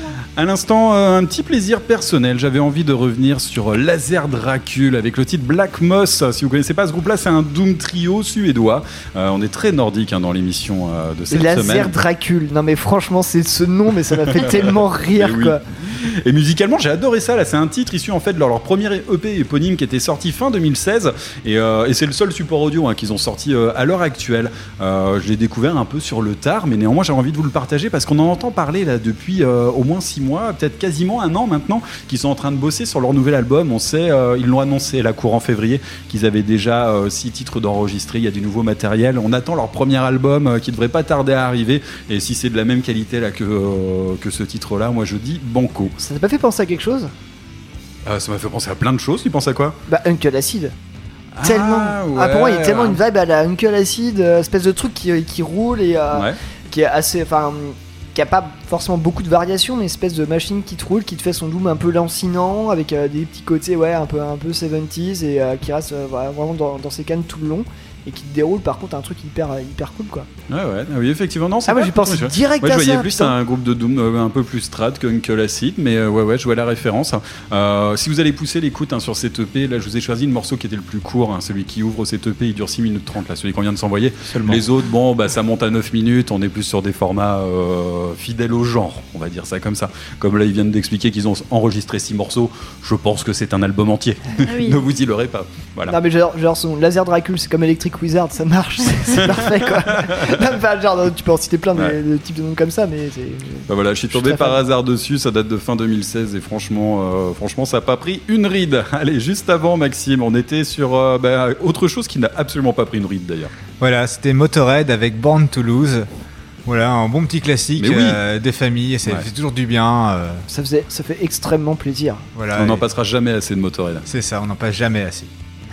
À l'instant, euh, un petit plaisir personnel. J'avais envie de revenir sur Laser Dracul avec le titre Black Moss. Si vous connaissez pas ce groupe-là, c'est un doom trio suédois. Euh, on est très nordique hein, dans l'émission euh, de cette Laser semaine. Laser Dracul. Non mais franchement, c'est ce nom, mais ça m'a fait tellement rire oui. quoi. Et musicalement, j'ai adoré ça. Là, c'est un titre issu en fait de leur, leur premier E P éponyme qui était sorti fin deux mille seize, et, euh, et c'est le seul support audio hein, qu'ils ont sorti euh, à l'heure actuelle. Euh, je l'ai découvert un peu sur le tard, mais néanmoins, j'ai envie de vous le partager parce qu'on en entend parler là depuis euh, au moins six mois, peut-être quasiment un an maintenant, qu'ils sont en train de bosser sur leur nouvel album. On sait, euh, ils l'ont annoncé là courant février, qu'ils avaient déjà euh, six titres d'enregistrés. Il y a du nouveau matériel. On attend leur premier album euh, qui devrait pas tarder à arriver. Et si c'est de la même qualité là que euh, que ce titre-là, moi je dis banco. Ça t'a pas fait penser à quelque chose ? Euh, ça m'a fait penser à plein de choses. Tu penses à quoi ? Bah, Uncle Acid. Ah, tellement. Ouais. Ah, pour moi, il y a tellement une vibe à la Uncle Acid, euh, espèce de truc qui, qui roule et euh, ouais. qui est assez. Enfin, qui a pas forcément beaucoup de variations, mais une espèce de machine qui te roule, qui te fait son doom un peu lancinant, avec euh, des petits côtés ouais, un peu, un peu soixante-dix et euh, qui reste euh, vraiment dans, dans ses cannes tout le long. Et qui te déroule par contre un truc hyper, hyper cool quoi. Ouais ouais, oui effectivement non. Ah moi j'ai pensé direct ouais, à ça. Je voyais plus putain. un groupe de doom euh, un peu plus strat que Uncle Acid, mais euh, ouais ouais je vois la référence. Euh, si vous allez pousser l'écoute hein, sur cet E P, là je vous ai choisi le morceau qui était le plus court, hein, celui qui ouvre cet E P, il dure six minutes trente là, celui qu'on vient de s'envoyer. Seulement. Les autres bon bah ça monte à neuf minutes, on est plus sur des formats euh, fidèles au genre, on va dire ça comme ça. Comme là ils viennent d'expliquer qu'ils ont enregistré six morceaux, je pense que c'est un album entier. Ah oui. Ne vous y leurrez pas. Voilà. Non mais genre, genre son Laser Dracul, c'est comme Electric Wizard, ça marche. C'est parfait quoi. Enfin, genre, tu peux en citer plein de, ouais. de types de noms comme ça, mais c'est. Bah voilà, je suis tombé par fan. hasard dessus. Ça date de fin deux mille seize et franchement, euh, franchement, ça n'a pas pris une ride. Allez, juste avant, Maxime, on était sur euh, bah, autre chose qui n'a absolument pas pris une ride d'ailleurs. Voilà, c'était Motorhead avec Born to Lose. Voilà, un bon petit classique oui. euh, des familles, et ça ouais. fait toujours du bien. Euh... Ça, faisait, ça fait extrêmement plaisir. Voilà, on n'en et... passera jamais assez de Motorhead. C'est ça, on n'en passe jamais assez.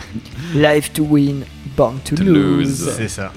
Life to win, born to, to lose. lose. C'est ça.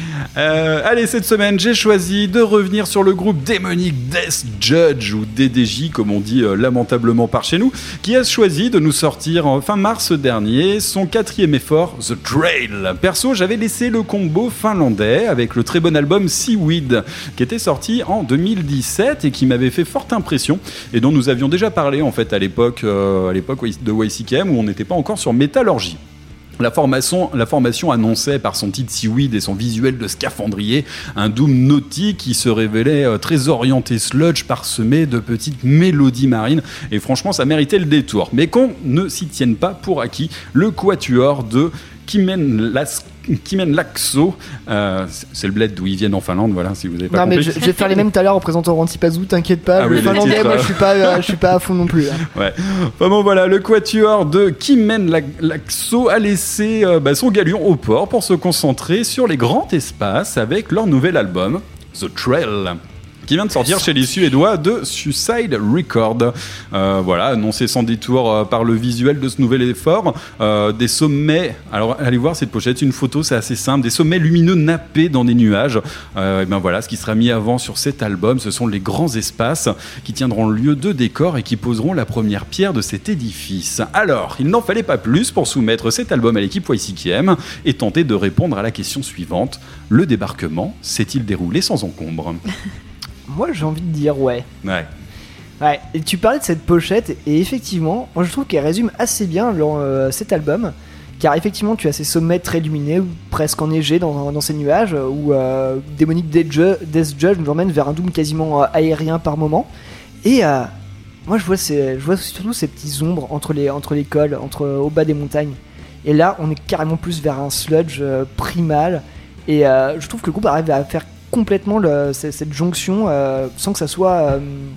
Euh, allez, cette semaine, j'ai choisi de revenir sur le groupe démonique Death Judge, ou D D J, comme on dit euh, lamentablement par chez nous, qui a choisi de nous sortir en fin mars dernier son quatrième effort, The Trail. Perso, j'avais laissé le combo finlandais avec le très bon album Seaweed, qui était sorti en deux mille dix-sept et qui m'avait fait forte impression, et dont nous avions déjà parlé en fait à l'époque, euh, à l'époque de Y C K M, où on n'était pas encore sur Métallurgie. La formation, la formation annonçait par son titre Seaweed et son visuel de scaphandrier un doom nautique qui se révélait euh, très orienté sludge, parsemé de petites mélodies marines, et franchement ça méritait le détour. Mais qu'on ne s'y tienne pas pour acquis, le quatuor de Kimen Las Kimen Laakso, euh, c'est le bled d'où ils viennent en Finlande, voilà, si vous avez pas non, compris. Non mais je, je vais faire les mêmes tout à l'heure en présentant Rantipazou, t'inquiète pas, ah le oui, finlandais, titres, moi je suis pas, euh, je suis pas à fond non plus. Hein. Ouais. Enfin bon voilà, le quatuor de Kimen Laakso a laissé euh, bah, son galion au port pour se concentrer sur les grands espaces avec leur nouvel album, The Trail, qui vient de sortir chez les Suédois de Suicide Record. Euh, voilà, annoncé sans détour euh, par le visuel de ce nouvel effort. Euh, des sommets, alors allez voir cette pochette, c'est une photo, c'est assez simple, des sommets lumineux nappés dans des nuages. Euh, et ben voilà, ce qui sera mis avant sur cet album, ce sont les grands espaces qui tiendront lieu de décor et qui poseront la première pierre de cet édifice. Alors, il n'en fallait pas plus pour soumettre cet album à l'équipe Y C K M et tenter de répondre à la question suivante. Le débarquement s'est-il déroulé sans encombre ? Moi j'ai envie de dire ouais. Ouais. Ouais. Et tu parlais de cette pochette et effectivement, moi je trouve qu'elle résume assez bien le, euh, cet album, car effectivement tu as ces sommets très lumineux ou presque enneigés dans, dans ces nuages où euh, démonique Death Judge nous emmène vers un doom quasiment euh, aérien par moment. Et euh, moi je vois, ces, je vois surtout ces petits ombres entre les, entre les cols, entre, au bas des montagnes. Et là on est carrément plus vers un sludge euh, primal. Et euh, je trouve que le groupe arrive à faire complètement le, cette jonction euh, sans que ça soit euh,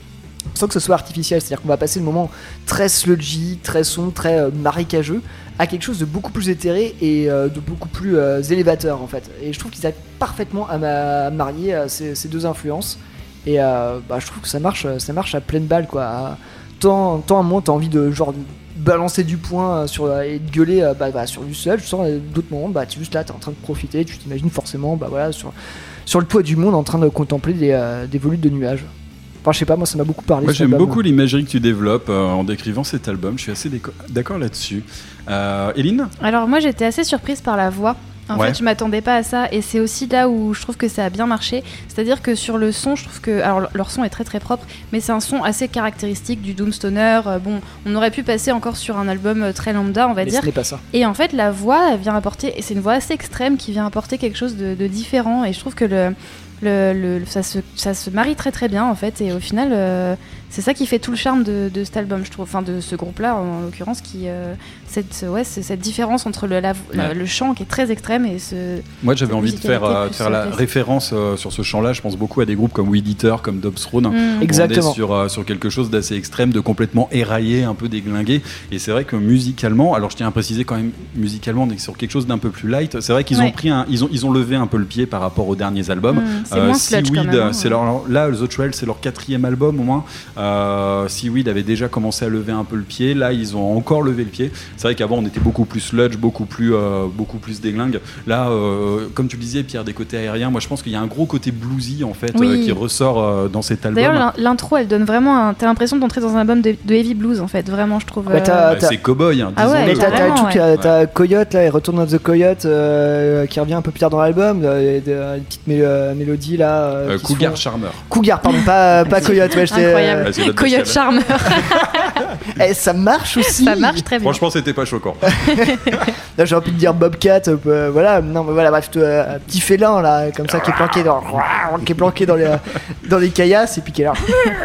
sans que ce soit artificiel. C'est-à-dire qu'on va passer le moment très sludgy, très sombre, très euh, marécageux, à quelque chose de beaucoup plus éthéré et euh, de beaucoup plus euh, élévateur en fait. Et je trouve qu'ils arrivent parfaitement à, ma- à marier euh, ces, ces deux influences. Et euh, bah, je trouve que ça marche, ça marche à pleine balle quoi. À, tant, tant à un moment t'as envie de genre balancer du poing sur, euh, et de gueuler euh, bah, bah, sur du sludge, sans d'autres moments bah tu es juste là, t'es en train de profiter, tu t'imagines forcément bah voilà sur, sur le toit du monde en train de contempler des, euh, des volutes de nuages. Enfin, je sais pas, moi ça m'a beaucoup parlé. Moi cet j'aime album. beaucoup l'imagerie que tu développes euh, en décrivant cet album, je suis assez déco- d'accord là-dessus. Euh, Eline ? Alors moi j'étais assez surprise par la voix. En Ouais. fait, je m'attendais pas à ça, et c'est aussi là où je trouve que ça a bien marché. C'est-à-dire que sur le son, je trouve que, alors leur son est très très propre, mais c'est un son assez caractéristique du Doomstoner. Euh, bon, on aurait pu passer encore sur un album euh, très lambda, on va Mais dire. ce n'est pas ça. Et en fait, la voix, elle vient apporter, et c'est une voix assez extrême qui vient apporter quelque chose de, de différent. Et je trouve que le, le, le- ça, se, ça se marie très très bien en fait. Et au final, euh, c'est ça qui fait tout le charme de, de cet album, je trouve, enfin de ce groupe-là en l'occurrence, qui euh, cette, ouais, c'est cette différence entre le, la, la- Ouais. le chant qui est très extrême et ce. Moi j'avais cette envie de faire, musicalité euh, de plus, faire euh, la classique. référence euh, sur ce champ-là, je pense beaucoup à des groupes comme Weed Eater, comme Dobbs Throne. Mm. On Exactement. est sur, euh, sur quelque chose d'assez extrême, de complètement éraillé, un peu déglingué. Et c'est vrai que musicalement, alors je tiens à préciser quand même, musicalement on est sur quelque chose d'un peu plus light. C'est vrai qu'ils Ouais. ont pris un, ils ont, ils ont levé un peu le pied par rapport aux derniers albums. Mm, c'est moins sludge quand Seaweed, même, hein, c'est ouais. leur, là The Trail c'est leur quatrième album au moins. Euh, Seaweed avait déjà commencé à lever un peu le pied. Là ils ont encore levé le pied. C'est vrai qu'avant on était beaucoup plus sludge, beaucoup plus, euh, beaucoup plus déglingue. Là, euh, comme tu le disais, Pierre, des côtés aériens, moi je pense qu'il y a un gros côté bluesy en fait Oui. euh, qui ressort euh, dans cet album. D'ailleurs, l'in- l'intro, elle donne vraiment. Un... T'as l'impression d'entrer dans un album de, de heavy blues en fait, vraiment, je trouve. Bah, t'as- euh, Bah, c'est Cowboy, hein, Ah ouais, Mais t'as, t'as, carrément, tout, ouais. t'as, t'as Coyote là, et Return of the Coyote euh, qui revient un peu plus tard dans l'album, euh, et de- une petite mélo- euh, mélodie là. euh, Euh, qui se Cougar font- Charmer. Cougar, pardon, pas, pas Coyote, ouais, j'étais. Incroyable. Ah, c'est notre Coyote bestiale. Charmer. Eh, ça marche aussi. Ça marche très bien. Franchement, c'était pas choquant. Là, j'ai envie de dire Bobcat, euh, voilà, non, mais voilà, bref, toi, un petit félin là, comme ça, qui est planqué dans, qui est planqué dans les, dans les caillasses et puis qui est là.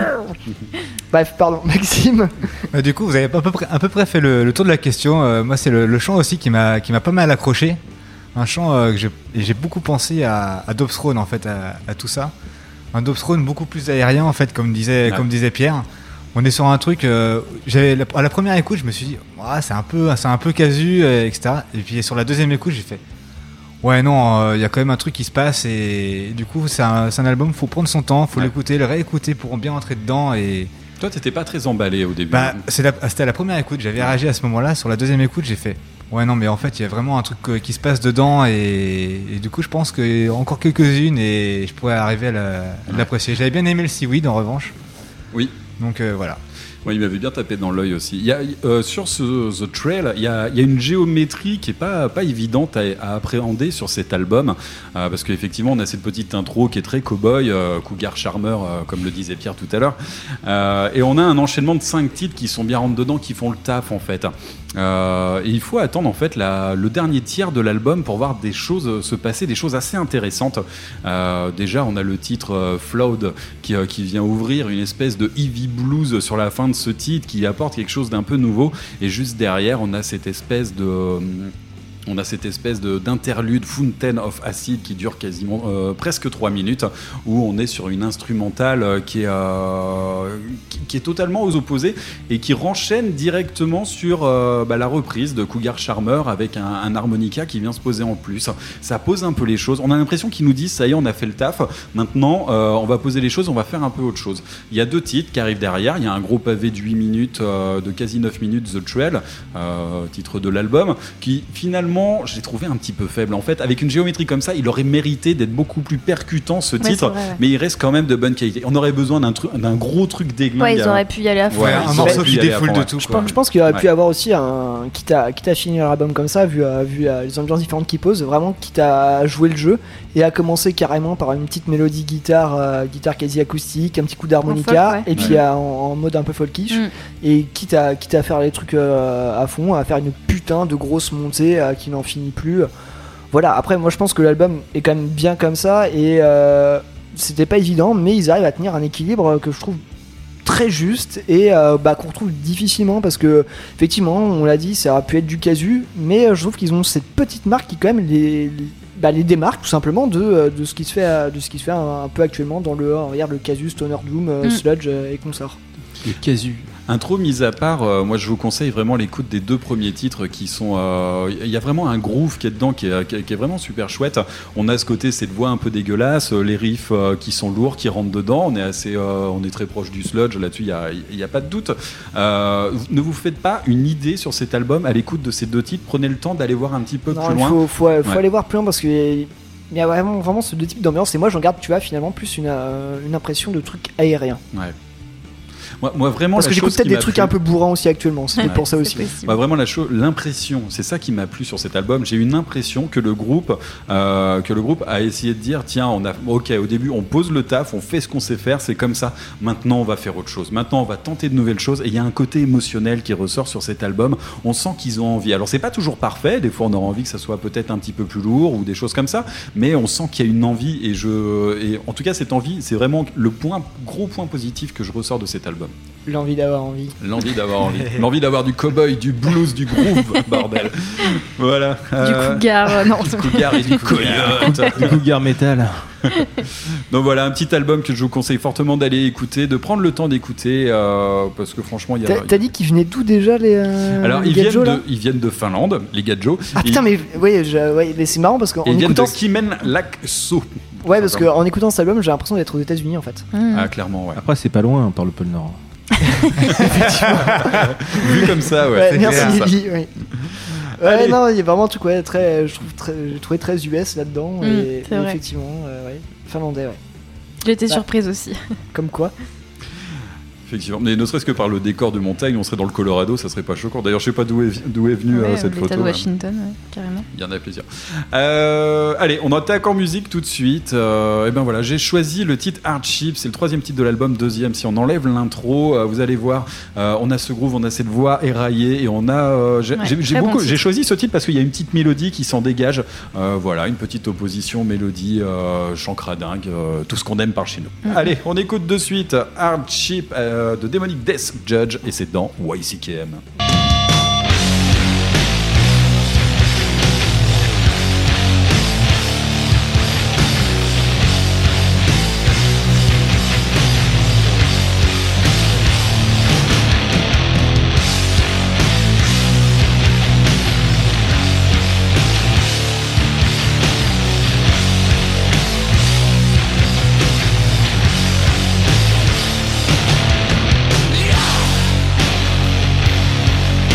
Bref, pardon, Maxime. Euh, du coup, vous avez à peu près, à peu près fait le, le tour de la question. Euh, moi, c'est le, le chant aussi qui m'a, qui m'a pas mal accroché. Un chant euh, que j'ai, et j'ai beaucoup pensé à, à Dobbs Throne, en fait, à, à tout ça. Un Dobbs Throne beaucoup plus aérien, en fait, comme disait, Ouais. comme disait Pierre. On est sur un truc. Euh, j'avais, la- à la première écoute, je me suis dit, ouais, c'est un peu, c'est un peu casu, euh, et cetera. Et puis sur la deuxième écoute, j'ai fait, ouais, non, il y a quand même un truc qui se passe. Et, et du coup, c'est un, c'est un album, faut prendre son temps, faut Ouais. l'écouter, le réécouter pour bien entrer dedans. Et Toi, t'étais pas très emballé au début. bah, c'est la- c'était à la première écoute, j'avais réagi à ce moment-là. Sur la deuxième écoute, j'ai fait, ouais, non, mais en fait, il y a vraiment un truc euh, qui se passe dedans. Et, et du coup, je pense qu'il y a encore quelques-unes et je pourrais arriver à, la- à l'apprécier. J'avais bien aimé le Seaweed en revanche. Oui. Donc euh, voilà. Oui, il m'avait bien tapé dans l'œil aussi. Il y a, euh, sur ce The Trail, il y a, il y a une géométrie qui est pas, pas évidente à, à appréhender sur cet album, euh, parce qu'effectivement, on a cette petite intro qui est très cow-boy, euh, Cougar Charmer, euh, comme le disait Pierre tout à l'heure, euh, et on a un enchaînement de cinq titres qui sont bien rentre dedans, qui font le taf en fait. Euh, et il faut attendre en fait la, le dernier tiers de l'album pour voir des choses se passer, des choses assez intéressantes. Euh, déjà, on a le titre euh, Flawed qui, euh, qui vient ouvrir une espèce de heavy blues sur la fin de ce titre qui apporte quelque chose d'un peu nouveau. Et juste derrière, on a cette espèce de euh, on a cette espèce de, d'interlude Fountain of Acid qui dure quasiment euh, presque trois minutes, où on est sur une instrumentale euh, qui, est, euh, qui, qui est totalement aux opposés et qui renchaîne directement sur euh, bah, la reprise de Cougar Charmer avec un, un harmonica qui vient se poser en plus. Ça pose un peu les choses. On a l'impression qu'ils nous disent ça y est, on a fait le taf. Maintenant, euh, on va poser les choses, on va faire un peu autre chose. Il y a deux titres qui arrivent derrière. Il y a un gros pavé de huit minutes, euh, de quasi neuf minutes, The Trail, euh, titre de l'album, qui finalement j'ai trouvé un petit peu faible. En fait, avec une géométrie comme ça, il aurait mérité d'être beaucoup plus percutant ce Ouais, titre, c'est vrai, ouais. mais il reste quand même de bonne qualité. On aurait besoin d'un, tru- d'un gros truc déglingue. Ouais, ils auraient pu y aller à fond. Ouais, un ils morceau auraient pu qui y aller à défoule fond, de ouais. tout. Je quoi. pense, je pense qu'il aurait Ouais. pu avoir aussi un. Quitte à, quitte à finir l'album comme ça, vu, euh, vu euh, les ambiances différentes qu'il pose, vraiment quitte à jouer le jeu et à commencer carrément par une petite mélodie guitare, euh, guitare quasi acoustique, un petit coup d'harmonica, En folk, ouais. et puis Ouais. à- en, en mode un peu folkish. Mm. Et quitte à, quitte à faire les trucs euh, à fond, à faire une putain de grosse montée euh, qui n'en finit plus. Voilà, après, moi je pense que l'album est quand même bien comme ça et euh, c'était pas évident, mais ils arrivent à tenir un équilibre que je trouve très juste et euh, bah, qu'on retrouve difficilement parce que effectivement on l'a dit, ça aurait pu être du casu, mais euh, je trouve qu'ils ont cette petite marque qui quand même les, les, bah, les démarque tout simplement de, euh, de ce qui se fait euh, de ce qui se fait un, un peu actuellement dans le on va dire, le casu, stoner doom, euh, Mm. sludge euh, et consorts. Le casu. Intro mise à part, euh, moi je vous conseille vraiment l'écoute des deux premiers titres qui sont. Il euh, y a vraiment un groove qui est dedans qui est, qui est, qui est vraiment super chouette. On a ce côté, cette voix un peu dégueulasse, les riffs euh, qui sont lourds, qui rentrent dedans. On est assez, euh, on est très proche du sludge là-dessus. Il y a, il y a pas de doute. Euh, ne vous faites pas une idée sur cet album à l'écoute de ces deux titres. Prenez le temps d'aller voir un petit peu non, plus loin. Il faut, faut, faut ouais. aller voir plus loin parce que. Il y a vraiment, vraiment ce deux types d'ambiance et moi j'en garde, tu vois, finalement plus une, euh, une impression de truc aérien. Ouais. Moi, moi vraiment parce la que j'écoute chose peut-être qui des m'a trucs plu... un peu bourrins aussi actuellement, c'est peut-être Ouais. pour ça aussi. Moi, vraiment la chose, l'impression, c'est ça qui m'a plu sur cet album. J'ai une impression que le groupe, euh, que le groupe a essayé de dire, tiens, on a, ok, au début on pose le taf, on fait ce qu'on sait faire, c'est comme ça. Maintenant on va faire autre chose. Maintenant on va tenter de nouvelles choses. Et il y a un côté émotionnel qui ressort sur cet album. On sent qu'ils ont envie. Alors c'est pas toujours parfait. Des fois on aura envie que ça soit peut-être un petit peu plus lourd ou des choses comme ça. Mais on sent qu'il y a une envie. Et je, et en tout cas cette envie, c'est vraiment le point, gros point positif que je ressors de cet album. L'envie d'avoir envie. L'envie d'avoir envie. L'envie d'avoir du cow-boy, du blues, du groove, bordel. Voilà. Du cougar, euh, non. Du cougar et du coyote. Du cougar métal. Donc voilà, un petit album que je vous conseille fortement d'aller écouter, de prendre le temps d'écouter, euh, parce que franchement, il y a... T'as, t'as dit qu'ils venaient d'où déjà les euh, Alors, les ils viennent, Gadjo, là de, ils viennent de Finlande, les Gadjo. Ah putain, mais, ouais, je, ouais, mais c'est marrant parce qu'en Ils viennent écoutant... de Kimenlaakso. Ouais, parce qu'en écoutant cet album, j'ai l'impression d'être aux États-Unis en fait. Mmh. Ah, clairement, ouais. Après, c'est pas loin par le pôle Nord. Vu comme ça, ouais. ouais c'est merci, clair, ça. Lily, oui. Ouais, Allez. non, il y a vraiment un truc, ouais, très, je trouve très, j'ai trouvé très U S là-dedans. Mmh, et, c'est et vrai. effectivement, euh, ouais, finlandais, ouais. J'ai été Bah. surprise aussi. Comme quoi. Effectivement, mais ne serait-ce que par le décor de montagne, on serait dans le Colorado, ça serait pas choquant. D'ailleurs, je sais pas d'où est, d'où est venue Ouais, euh, cette l'État photo. de là. Washington, ouais, carrément. Il y en a plaisir. Euh, allez, on attaque en musique tout de suite. Euh, et ben voilà, j'ai choisi le titre Hardship. C'est le troisième titre de l'album, deuxième. Si on enlève l'intro, euh, vous allez voir, euh, on a ce groove, on a cette voix éraillée et on a. Euh, j'ai, Ouais, j'ai, j'ai très bon beaucoup. titre. J'ai choisi ce titre parce qu'il y a une petite mélodie qui s'en dégage. Euh, voilà, une petite opposition, mélodie, euh, chant cradingue, euh, tout ce qu'on aime par chez nous. Mm. Allez, on écoute de suite Hardship euh, de Demonic Death Judge et c'est dans Y C K M. Yeah!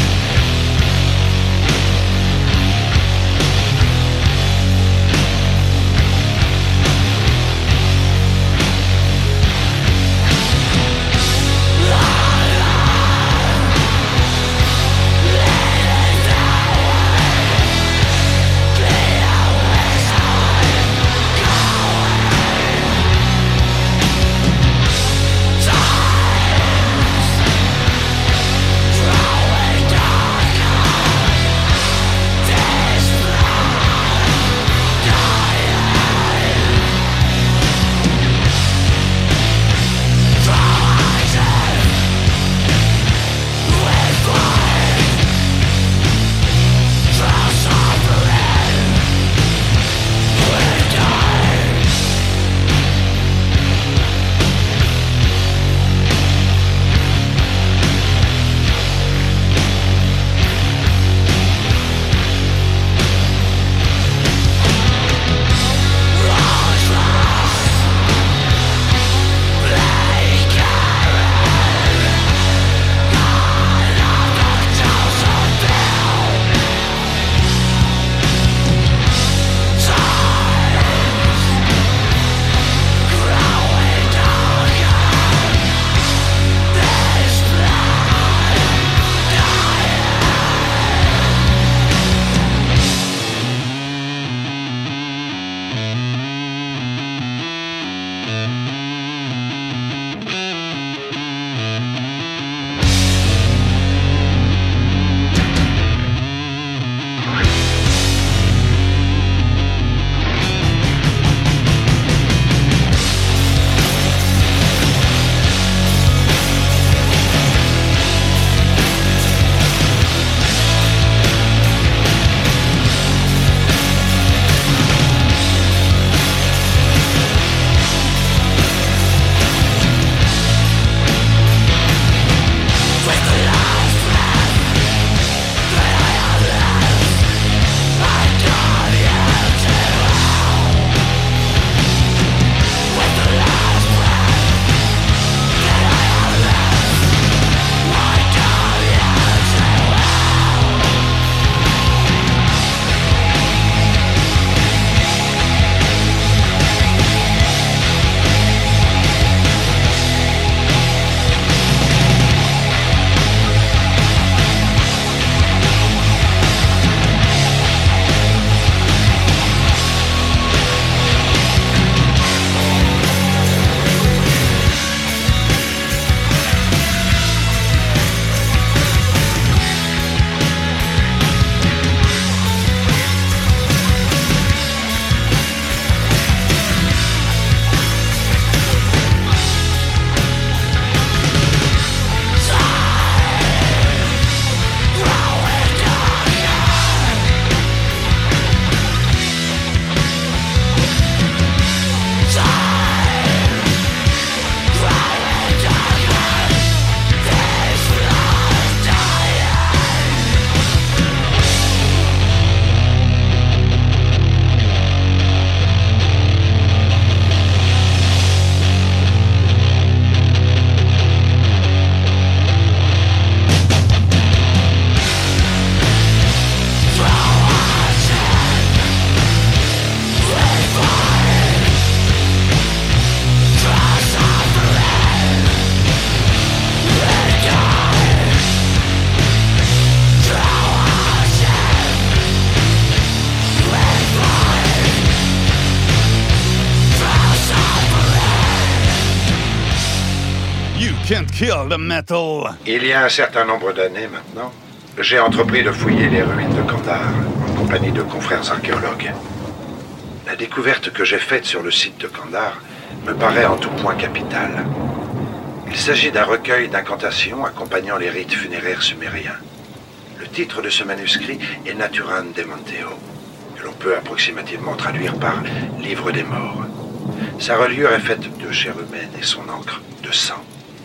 can't kill the metal. Il y a un certain nombre d'années maintenant, j'ai entrepris de fouiller les ruines de Kandar en compagnie de confrères archéologues. La découverte que j'ai faite sur le site de Kandar me paraît en tout point capitale. Il s'agit d'un recueil d'incantations accompagnant les rites funéraires sumériens. Le titre de ce manuscrit est Naturan Demanteo, que l'on peut approximativement traduire par Livre des morts. Sa reliure est faite de chair humaine et son encre de sang.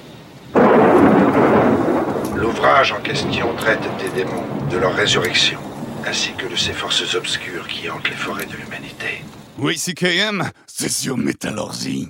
L'ouvrage en question traite des démons, de leur résurrection, ainsi que de ces forces obscures qui hantent les forêts de l'humanité. Y C K M, c'est sur Métallurgie.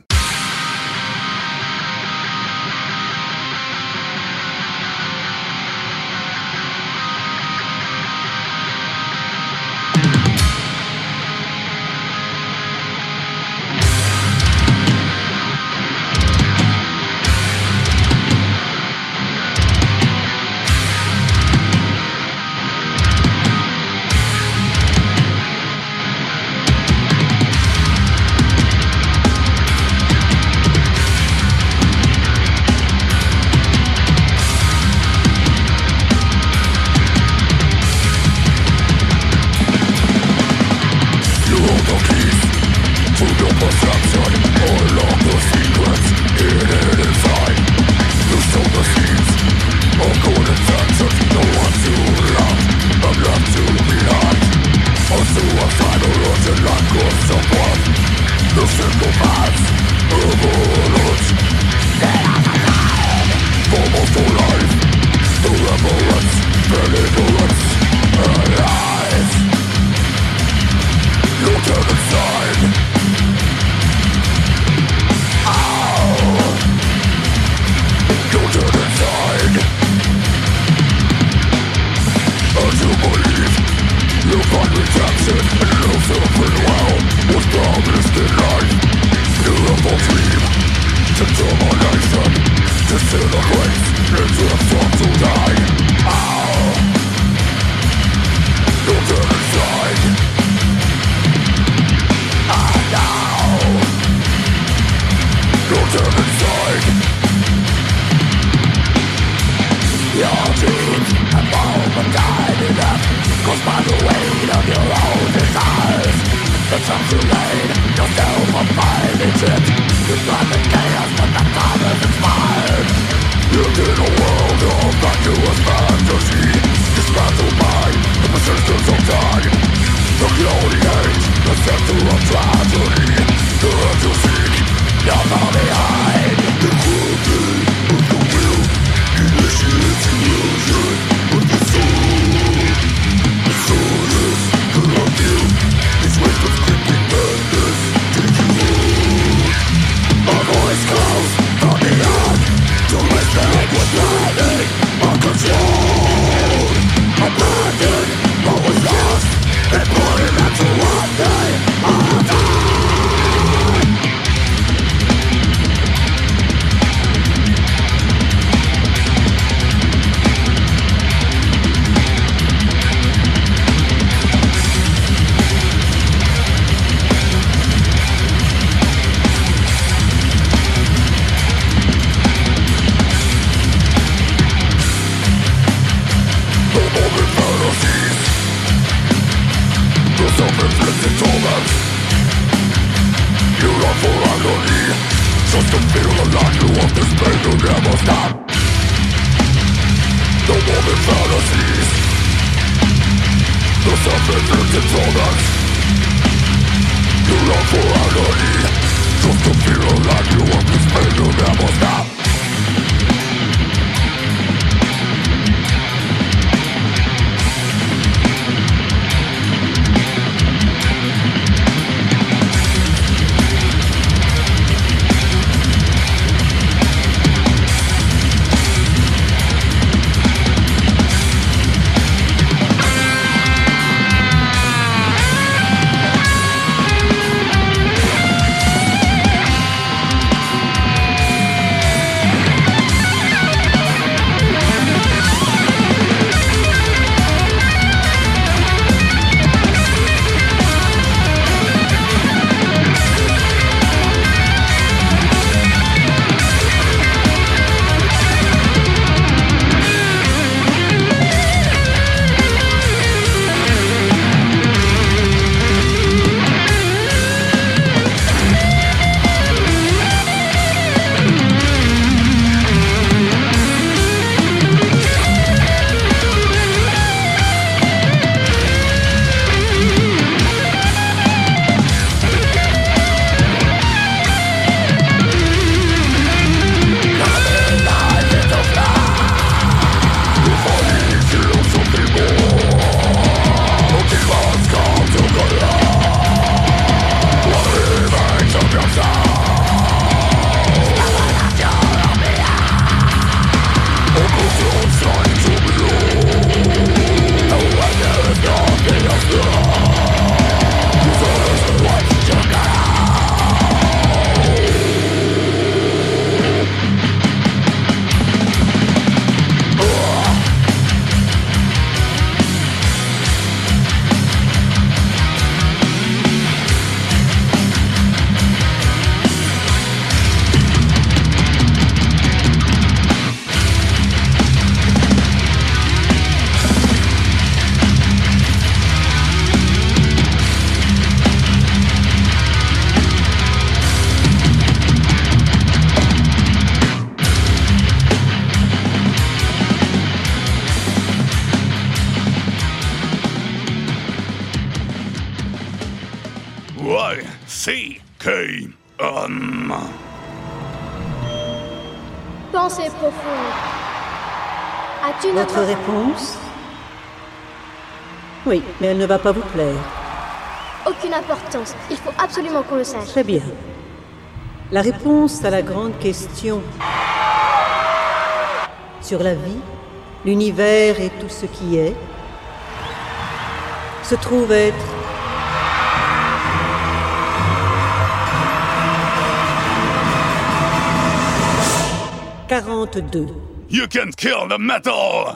C K M. Pensée profonde. As-tu une Votre réponse? Oui, mais elle ne va pas vous plaire. Aucune importance. Il faut absolument qu'on le sache. Très bien. La réponse à la grande question sur la vie, l'univers et tout ce qui est se trouve être quarante-deux. You can't kill the metal!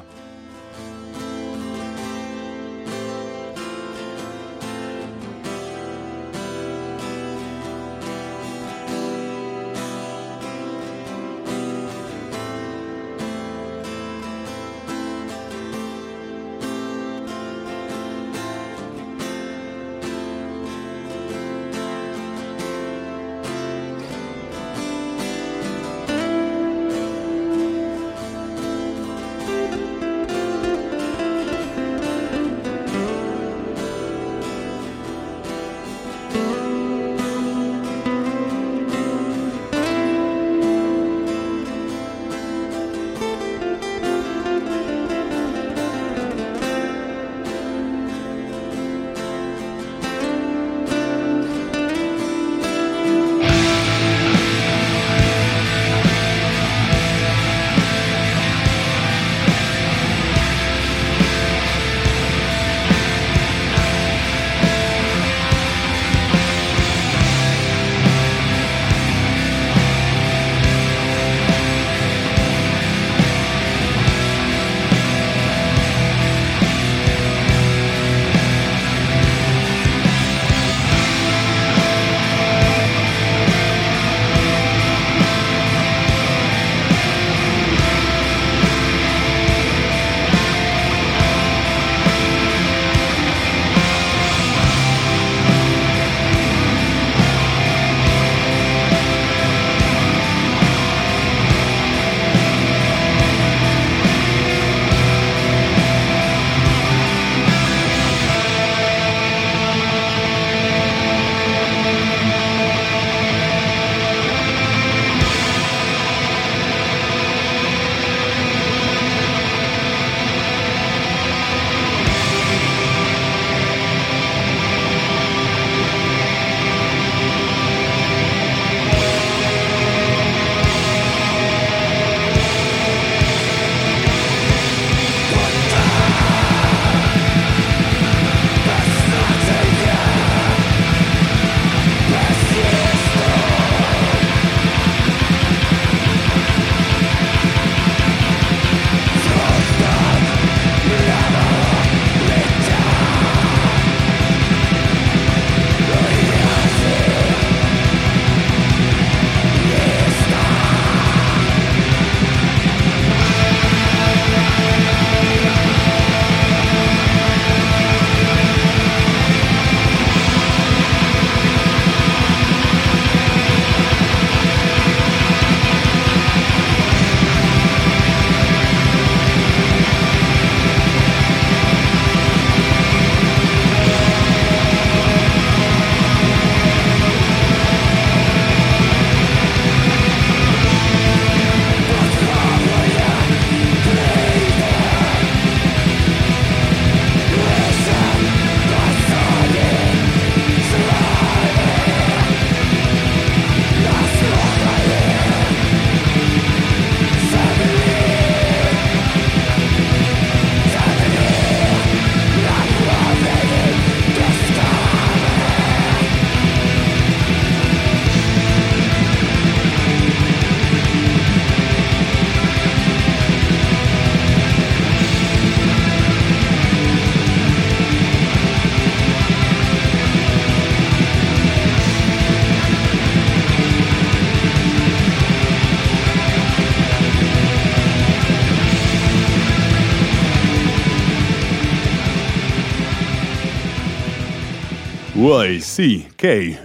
Y C K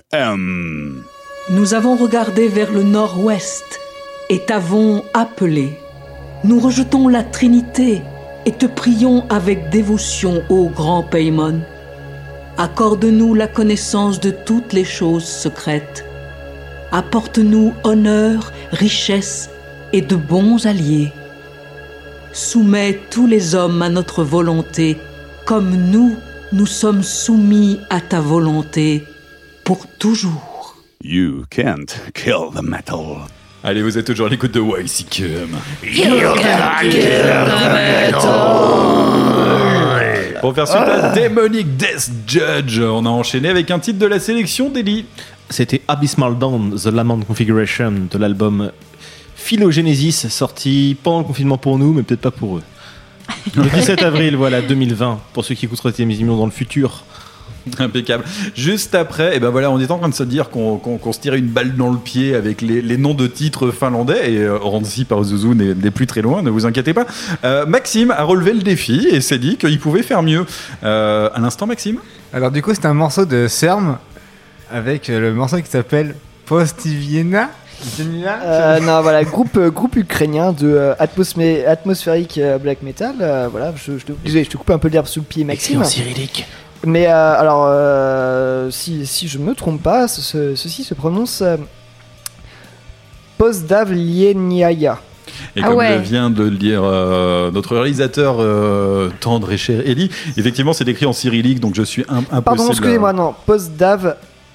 M. Nous avons regardé vers le nord-ouest et t'avons appelé. Nous rejetons la Trinité et te prions avec dévotion, ô grand Paimon. accorde-nous la connaissance de toutes les choses secrètes. Apporte-nous honneur, richesse et de bons alliés. Soumets tous les hommes à notre volonté, comme nous, nous sommes soumis à ta volonté pour toujours. You can't kill the metal. Allez, vous êtes toujours à l'écoute de Y C K M. You can't kill the metal. Pour faire suite à Demonic Death Judge, on a enchaîné avec un titre de la sélection d'Eli. C'était Abyssal Dawn, The Lament Configuration de l'album Philogenesis, sorti pendant le confinement pour nous, mais peut-être pas pour eux. Le dix-sept avril, voilà, deux mille vingt, pour ceux qui écouteraient cette émission dans le futur. Impeccable. Juste après, et ben voilà, on est en train de se dire qu'on, qu'on, qu'on se tirait une balle dans le pied avec les, les noms de titres finlandais, et euh, Oranssi Pazuzu n'est, n'est plus très loin, ne vous inquiétez pas. Euh, Maxime a relevé le défi et s'est dit qu'il pouvait faire mieux. Euh, à l'instant, Maxime ? Alors du coup, c'est un morceau de Serm avec le morceau qui s'appelle Postiviena. Euh, non, voilà, groupe, euh, groupe ukrainien de euh, atmosphé- atmosphérique euh, black metal. Euh, voilà, je, je, te, désolé, je te coupe un peu l'herbe sous le pied, Maxime. Écrit en cyrillique. Mais euh, alors, euh, si, si je me trompe pas, ce, ce, ceci se prononce euh, Pozdavlieniaya. Et ah comme ouais. le vient de le dire euh, notre réalisateur euh, tendre et cher Eli, effectivement c'est écrit en cyrillique, donc je suis un, impossible. Pardon, excusez-moi, non, Pozdavlienia.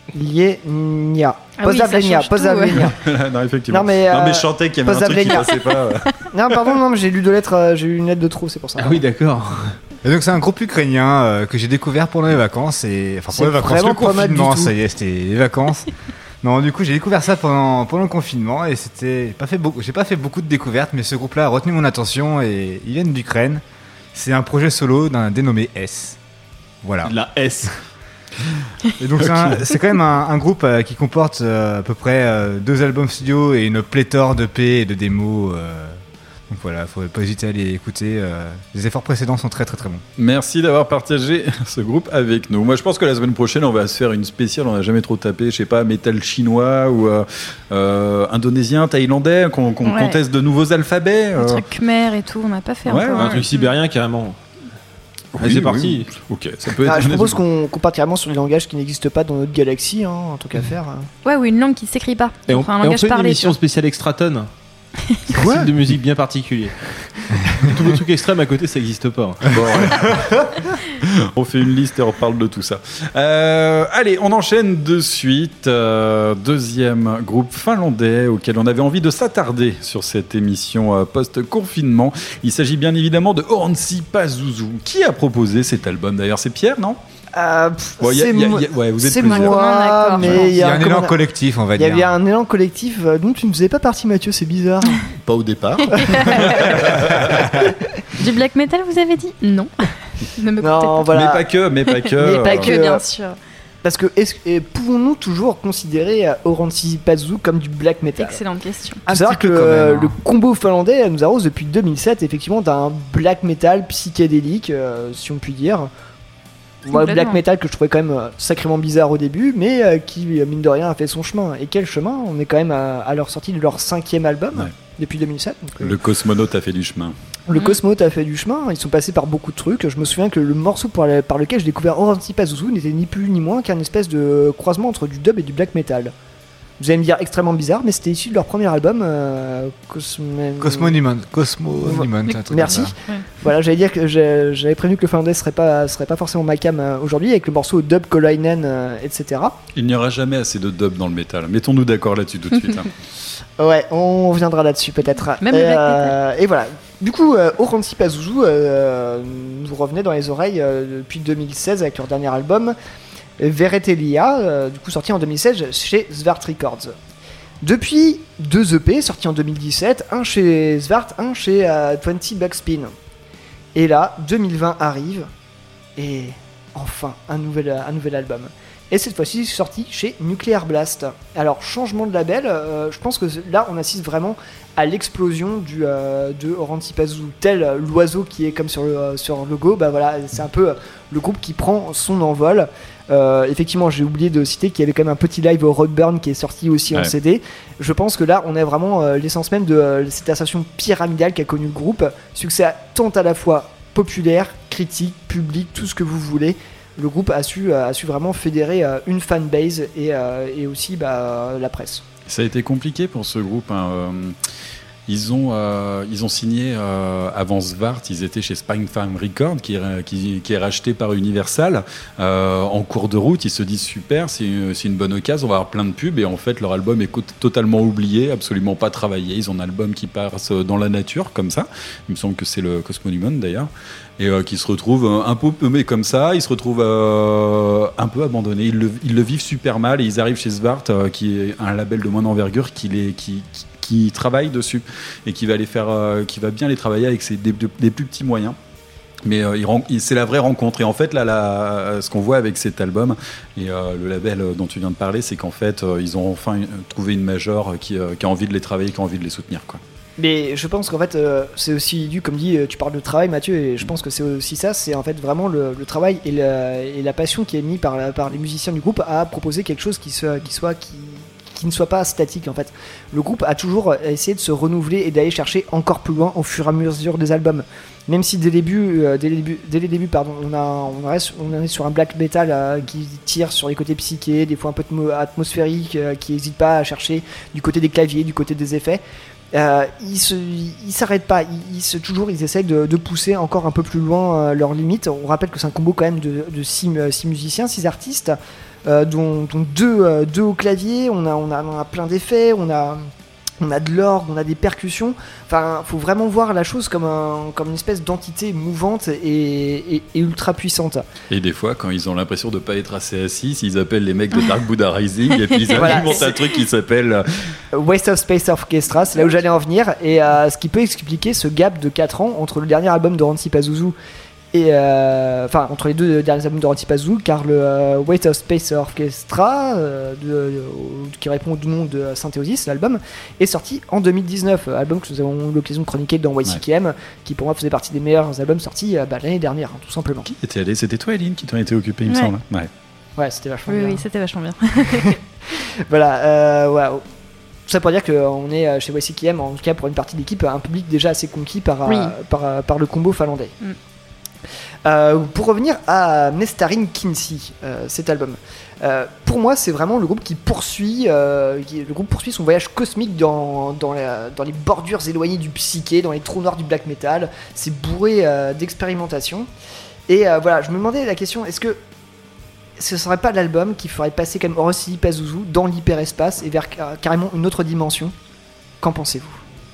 Ah oui, ça Pozdavlienia, change tout, Pozdavlienia. non, effectivement. Non, mais, euh, non, mais je chantais qu'il y avait un truc qui passait pas. Non, pardon, non, mais j'ai lu deux lettres, euh, j'ai eu une lettre de trop, c'est pour ça. Ah oui, d'accord. Et donc c'est un groupe ukrainien euh, que j'ai découvert pendant les vacances et enfin C'est pour les vacances, vraiment le pas mal du confinement, tout. ça y est, c'était les vacances. Non, du coup j'ai découvert ça pendant pendant le confinement et c'était pas fait beaucoup, j'ai pas fait beaucoup de découvertes, mais ce groupe-là a retenu mon attention et ils viennent d'Ukraine. C'est un projet solo d'un dénommé S. Voilà. La S. Et donc c'est, un- c'est quand même un, un groupe euh, qui comporte euh, à peu près euh, deux albums studio et une pléthore de P et de démos. euh, donc voilà, faut pas hésiter à aller écouter. euh, les efforts précédents sont très très très bons. Merci d'avoir partagé ce groupe avec nous. Moi, je pense que la semaine prochaine, on va se faire une spéciale. On n'a jamais trop tapé, je sais pas, métal chinois ou euh, euh, indonésien, thaïlandais, qu'on, qu'on Ouais. conteste de nouveaux alphabets. Un euh. truc khmer et tout, on n'a pas fait Ouais, encore. Un truc sibérien carrément. Oui, Allez, c'est oui, parti. oui. Ok, ça peut être. Ah, je propose qu'on, qu'on parte carrément sur des langages qui n'existent pas dans notre galaxie, hein, en tant qu'affaire. Ouais, ou une langue qui s'écrit pas. Et on, Enfin, un et on langage fait une parlé. émission tu vois. spéciale Extraton. C'est un style de musique bien particulier. Tous les trucs extrêmes à côté, ça n'existe pas. Bon, ouais. On fait une liste et on reparle de tout ça. Euh, allez, on enchaîne de suite. Euh, deuxième groupe finlandais auquel on avait envie de s'attarder sur cette émission euh, post-confinement. Il s'agit bien évidemment de Oranssi Pazuzu. Qui a proposé cet album d'ailleurs ? C'est Pierre, non ? Euh, pff, Bon, y a- c'est y a- moi, y a- ouais, vous êtes c'est plusieurs. moi, Commun accord, je mais pense. il y a, un comment élan on a- collectif, on va Il y dire. avait un élan collectif euh, dont tu ne faisais pas partie, Mathieu, c'est bizarre. Pas au départ. Du black metal, vous avez dit ? Non. Ne me comptez Non, pas. voilà. Mais pas que, mais pas que. Mais pas Que, que, bien euh, sûr. Parce que est-ce, et pouvons-nous toujours considérer euh, Oranssi Pazuzu comme du black metal ? Excellente question. Il faut savoir que petit peu quand euh, même, hein. le combo finlandais nous arrose depuis deux mille sept, effectivement, d'un black metal psychédélique, euh, si on peut dire. Moi, Complètement. black metal que je trouvais quand même euh, sacrément bizarre au début, mais euh, qui, euh, mine de rien, a fait son chemin. Et quel chemin ? On est quand même à, à leur sortie de leur cinquième album, Ouais. depuis deux mille sept. Donc, euh, Le cosmonaute a fait du chemin. le Mm. Cosmonaute a fait du chemin, ils sont passés par beaucoup de trucs. Je me souviens que le morceau par, le- par lequel j'ai découvert Oranssi Pazuzu n'était ni plus ni moins qu'un espèce de croisement entre du dub et du black metal. Vous allez me dire extrêmement bizarre, mais c'était issu de leur premier album, euh, Cosmo... Cosmoniment, Cosmoniment, un truc Merci. comme ça. Ouais. Voilà, j'allais dire que j'ai- j'avais prévenu que le finlandais serait pas, serait pas forcément ma cam euh, aujourd'hui, avec le morceau Dub Kolainen, euh, et cetera. Il n'y aura jamais assez de dub dans le métal. Mettons-nous d'accord là-dessus tout de suite. hein. Ouais, on reviendra là-dessus peut-être. Même et, le black euh, et voilà. Du coup, euh, Oranssi Pazuzu euh, nous revenait dans les oreilles euh, depuis deux mille seize avec leur dernier album, Veretelia, euh, du coup sorti en deux mille seize chez Svart Records. Depuis deux E P sortis en deux mille dix-sept, un chez Svart, un chez euh, vingt Buckspin. Et là, deux mille vingt arrive, et enfin un nouvel, un nouvel album. Et cette fois-ci sorti chez Nuclear Blast. Alors changement de label, euh, je pense que là on assiste vraiment à l'explosion du, euh, de Oranssi Pazuzu, tel euh, l'oiseau qui est comme sur le, euh, sur le logo. Bah voilà, c'est un peu euh, le groupe qui prend son envol. Euh, effectivement, j'ai oublié de citer qu'il y avait quand même un petit live au Roadburn qui est sorti aussi en Ouais. C D. Je pense que là, on a vraiment euh, l'essence même de euh, cette ascension pyramidale qu'a connu le groupe. Succès à- tant à la fois populaire, critique, public, tout ce que vous voulez. le groupe a su, a su vraiment fédérer euh, une fanbase et, euh, et aussi bah, la presse. Ça a été compliqué pour ce groupe. Hein. Euh, ils, ont, euh, ils ont signé euh, avant Svart, ils étaient chez Spinefarm Records, qui, qui, qui est racheté par Universal. Euh, en cours de route, ils se disent super, c'est une, c'est une bonne occasion, on va avoir plein de pubs. Et en fait, leur album est co- totalement oublié, absolument pas travaillé. Ils ont un album qui passe dans la nature, comme ça. Il me semble que c'est le Cosmonument d'ailleurs. Et euh, qui se retrouve euh, un peu paumé comme ça, ils se retrouvent euh, un peu abandonnés, ils le, ils le vivent super mal et ils arrivent chez Svart, euh, qui est un label de moindre envergure, qui, les, qui, qui, qui travaille dessus et qui va, les faire, euh, qui va bien les travailler avec ses, des, de, des plus petits moyens. Mais euh, il, il, c'est la vraie rencontre. Et en fait, là, là ce qu'on voit avec cet album et euh, le label dont tu viens de parler, c'est qu'en fait, euh, ils ont enfin trouvé une major qui, euh, qui a envie de les travailler, qui a envie de les soutenir, quoi. Mais je pense qu'en fait, euh, c'est aussi dû, comme dit, tu parles de travail, Mathieu, et je pense que c'est aussi ça, c'est en fait vraiment le, le travail et la, et la passion qui est mise par, la, par les musiciens du groupe à proposer quelque chose qui soit, qui soit qui, qui ne soit pas statique. En fait, le groupe a toujours essayé de se renouveler et d'aller chercher encore plus loin au fur et à mesure des albums. Même si dès les débuts, euh, dès les débuts, dès les débuts, pardon, on a, on reste, on est sur un black metal euh, qui tire sur les côtés psychés, des fois un peu atmosphérique, euh, qui n'hésite pas à chercher du côté des claviers, du côté des effets. Euh, ils se, ils s'arrêtent pas, ils, ils se, toujours ils essayent de, de pousser encore un peu plus loin euh, leurs limites. On rappelle que c'est un combo quand même de, de six, six musiciens, six artistes, euh, dont, dont deux, euh, deux au clavier. On a, on a, on a plein d'effets, on a, on a de l'orgue, on a des percussions. Enfin, faut vraiment voir la chose comme, un, comme une espèce d'entité mouvante et, et, et ultra puissante. Et des fois, quand ils ont l'impression de pas être assez assis, ils appellent les mecs de Dark Buddha Rising et puis ils voilà, montent un truc qui s'appelle Waste of Space Orchestra. C'est là où j'allais en venir, et euh, ce qui peut expliquer ce gap de quatre ans entre le dernier album de Rancy Pazuzu et euh, enfin entre les deux derniers albums de Rancy Pazuzu, car le euh, Waste of Space Orchestra, euh, de, de, qui répond au nom de Synthéosis, l'album est sorti en deux mille dix-neuf, album que nous avons eu l'occasion de chroniquer dans Y C K M, ouais. qui pour moi faisait partie des meilleurs albums sortis euh, bah, l'année dernière, hein, tout simplement. Qui était allé? C'était toi, Eline, qui t'en était occupé, il ouais. me semble. Ouais, ouais c'était vachement oui, bien. Oui, c'était vachement bien. Voilà, euh, ouais. Tout ça pour dire qu'on est chez Y C K M, en tout cas pour une partie de l'équipe, un public déjà assez conquis par, oui. euh, par, euh, par le combo finlandais. Mm. Euh, pour revenir à Nestarin Kinsey, euh, cet album, euh, pour moi c'est vraiment le groupe qui poursuit, euh, qui, le groupe poursuit son voyage cosmique dans, dans, la, dans les bordures éloignées du psyché, dans les trous noirs du black metal. C'est bourré euh, d'expérimentation. Et euh, voilà, je me demandais la question, est-ce que ce serait pas l'album qui ferait passer comme Rancy Pazuzu dans l'hyperespace et vers euh, carrément une autre dimension? Qu'en pensez-vous?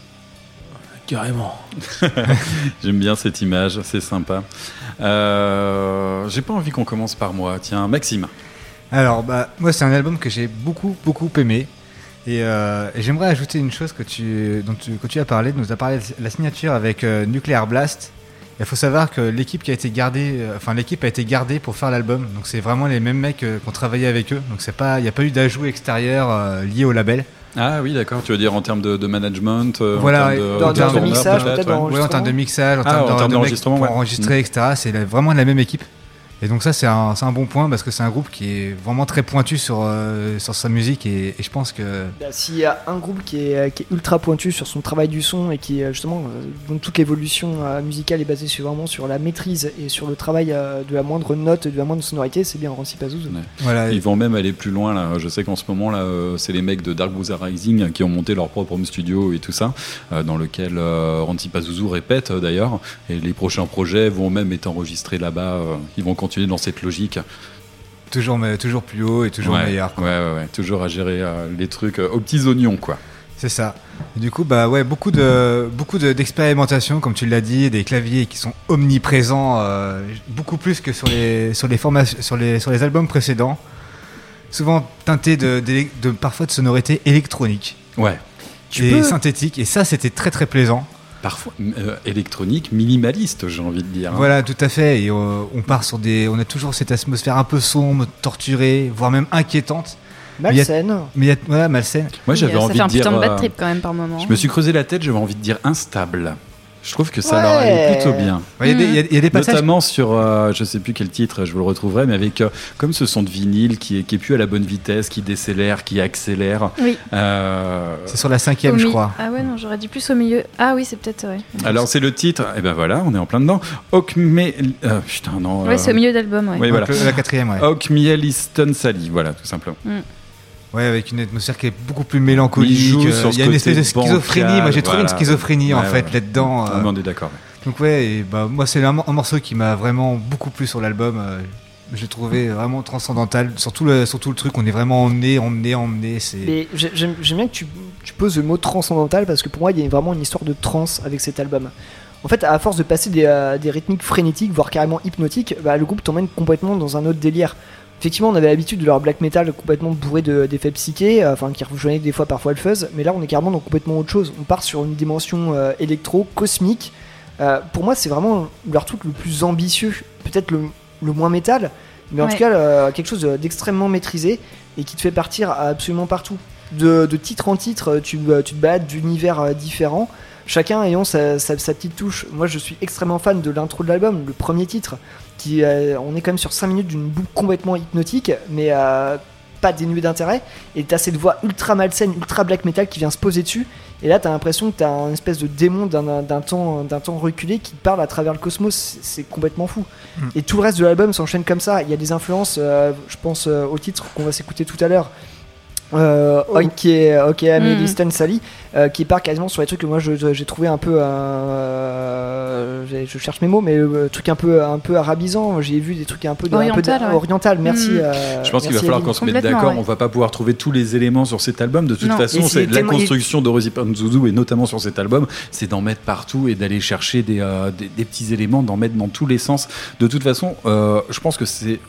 Carrément. J'aime bien cette image, c'est sympa. Euh, j'ai pas envie qu'on commence par moi. Tiens, Maxime. Alors, bah, moi, c'est un album que j'ai beaucoup, beaucoup aimé. Et, euh, et j'aimerais ajouter une chose que tu, dont tu, que tu as parlé. Tu nous as parlé de la signature avec euh, Nuclear Blast. Il faut savoir que l'équipe qui a été gardée, euh, enfin l'équipe a été gardée pour faire l'album. Donc c'est vraiment les mêmes mecs euh, qui ont travaillé avec eux. Donc c'est pas, il n'y a pas eu d'ajout extérieur euh, lié au label. Ah oui, d'accord, tu veux dire en termes de, de management, euh, voilà, en termes de, dans, dans de mixage, peut-être, peut-être ouais. Ouais, en termes de mixage, en ah, termes, en termes de, d'enregistrement, de ouais. pour enregistrer, et cetera. C'est la, vraiment de la même équipe. Et donc ça, c'est un, c'est un bon point parce que c'est un groupe qui est vraiment très pointu sur, euh, sur sa musique et, et je pense que... Bah, s'il y a un groupe qui est, qui est ultra pointu sur son travail du son et qui, justement, euh, dont toute l'évolution euh, musicale est basée sur, vraiment sur la maîtrise et sur le travail euh, de la moindre note, de la moindre sonorité, c'est bien Rancy Pazuzu. Ouais. Voilà. Ils vont même aller plus loin, là. Je sais qu'en ce moment, là, euh, c'est les mecs de Dark Buddha Rising qui ont monté leur propre home studio et tout ça, euh, dans lequel euh, Rancy Pazuzu répète euh, d'ailleurs, et les prochains projets vont même être enregistrés là-bas, euh, ils vont continuer dans cette logique. Toujours, mais, toujours plus haut et toujours ouais, meilleur. Quoi. Ouais, ouais, ouais, toujours à gérer euh, les trucs euh, aux petits oignons, quoi. C'est ça. Et du coup, bah ouais, beaucoup de beaucoup de, d'expérimentation, comme tu l'as dit, des claviers qui sont omniprésents, euh, beaucoup plus que sur les sur les formations, sur les sur les albums précédents. Souvent teintés de, de, de parfois de sonorités électroniques. Ouais. Tu et peux... synthétiques. Et ça, c'était très très plaisant. Parfois euh, électronique, minimaliste, j'ai envie de dire. Hein. Voilà, tout à fait. Et euh, on part sur des, on a toujours cette atmosphère un peu sombre, torturée, voire même inquiétante. Malsaine. Mais il y a, voilà, malsaine. Moi, j'avais oui, envie de dire. Ça fait un putain de bad euh, trip quand même par moment. Je me suis creusé la tête. J'avais envie de dire instable. Je trouve que ça Ouais. leur allait plutôt bien. Il y a des- il y a- il y a des passages. Notamment sur, euh, je sais plus quel titre, je vous le retrouverai, mais avec euh, comme ce son de vinyle qui est, qui est plus à la bonne vitesse, qui décélère, qui accélère. Oui. Euh, C'est sur la cinquième, Au je mi- crois. Ah ouais, non, j'aurais dit plus au milieu. Ah oui, c'est peut-être. Ouais. Alors c'est le titre, et ben voilà, on est en plein dedans. Ockme... Euh, putain, non. Ouais, euh, c'est au milieu d'album. Ouais. Oui, voilà. Donc, la quatrième, ouais. Ockmealiston Sally, voilà, tout simplement. Mm. Ouais, avec une atmosphère qui est beaucoup plus mélancolique. Il joue euh, sur Il ce y a une côté espèce de schizophrénie. bancal, Moi, j'ai trouvé voilà. une schizophrénie en Ouais, fait ouais. là-dedans. Ouais, euh. on est d'accord. ouais. Donc ouais, et bah moi c'est un, un morceau qui m'a vraiment beaucoup plu sur l'album. Euh, je l'ai trouvé vraiment transcendantal. Surtout le, surtout le truc, on est vraiment emmené, emmené, emmené. C'est. Mais j'ai- j'aime j'aime bien que tu, tu poses le mot transcendantal parce que pour moi il y a vraiment une histoire de trance avec cet album. En fait, à force de passer des, euh, des rythmiques frénétiques, voire carrément hypnotiques, bah, le groupe t'emmène complètement dans un autre délire. Effectivement, on avait l'habitude de leur black metal complètement bourré de- d'effets psychés, euh, enfin qui rejoignait des fois parfois le fuzz, mais là on est carrément dans complètement autre chose. On part sur une dimension euh, électro, cosmique. Euh, pour moi, c'est vraiment leur truc le plus ambitieux, peut-être le, le moins métal, mais en Ouais. tout cas euh, quelque chose d'extrêmement maîtrisé et qui te fait partir absolument partout. De, de titre en titre, tu, tu te balades d'univers euh, différents, chacun ayant sa, sa- sa petite touche. Moi, je suis extrêmement fan de l'intro de l'album, le premier titre, qui euh, on est quand même sur cinq minutes d'une boucle complètement hypnotique, mais euh, pas dénuée d'intérêt, et t'as cette voix ultra malsaine, ultra black metal qui vient se poser dessus, et là t'as l'impression que t'as un espèce de démon d'un, d'un temps, d'un temps reculé qui te parle à travers le cosmos. C'est, c'est complètement fou. Mm. Et tout le reste de l'album s'enchaîne comme ça. Il y a des influences, euh, je pense euh, au titre qu'on va s'écouter tout à l'heure. Euh, ok, ok, Améliston Sally, euh, qui part quasiment sur les trucs que moi je- je- j'ai trouvé un peu, euh, j'ai- je cherche mes mots, mais euh, truc un peu, un peu arabisant. J'ai vu des trucs un peu, de- un peu Oriental, de- ouais. oriental. Merci. Mm. euh, Je pense qu'il va merci, falloir Evelyne. qu'on se mette Complètement, d'accord. ouais. On va pas pouvoir trouver tous les éléments sur cet album. De toute Non. façon, Et c'est c'est la tellement- construction de Rosie Panzuzu et notamment sur cet album, c'est d'en mettre partout et d'aller chercher des, euh, des, des petits éléments, d'en mettre dans tous les sens. De toute façon, euh, je pense que c'est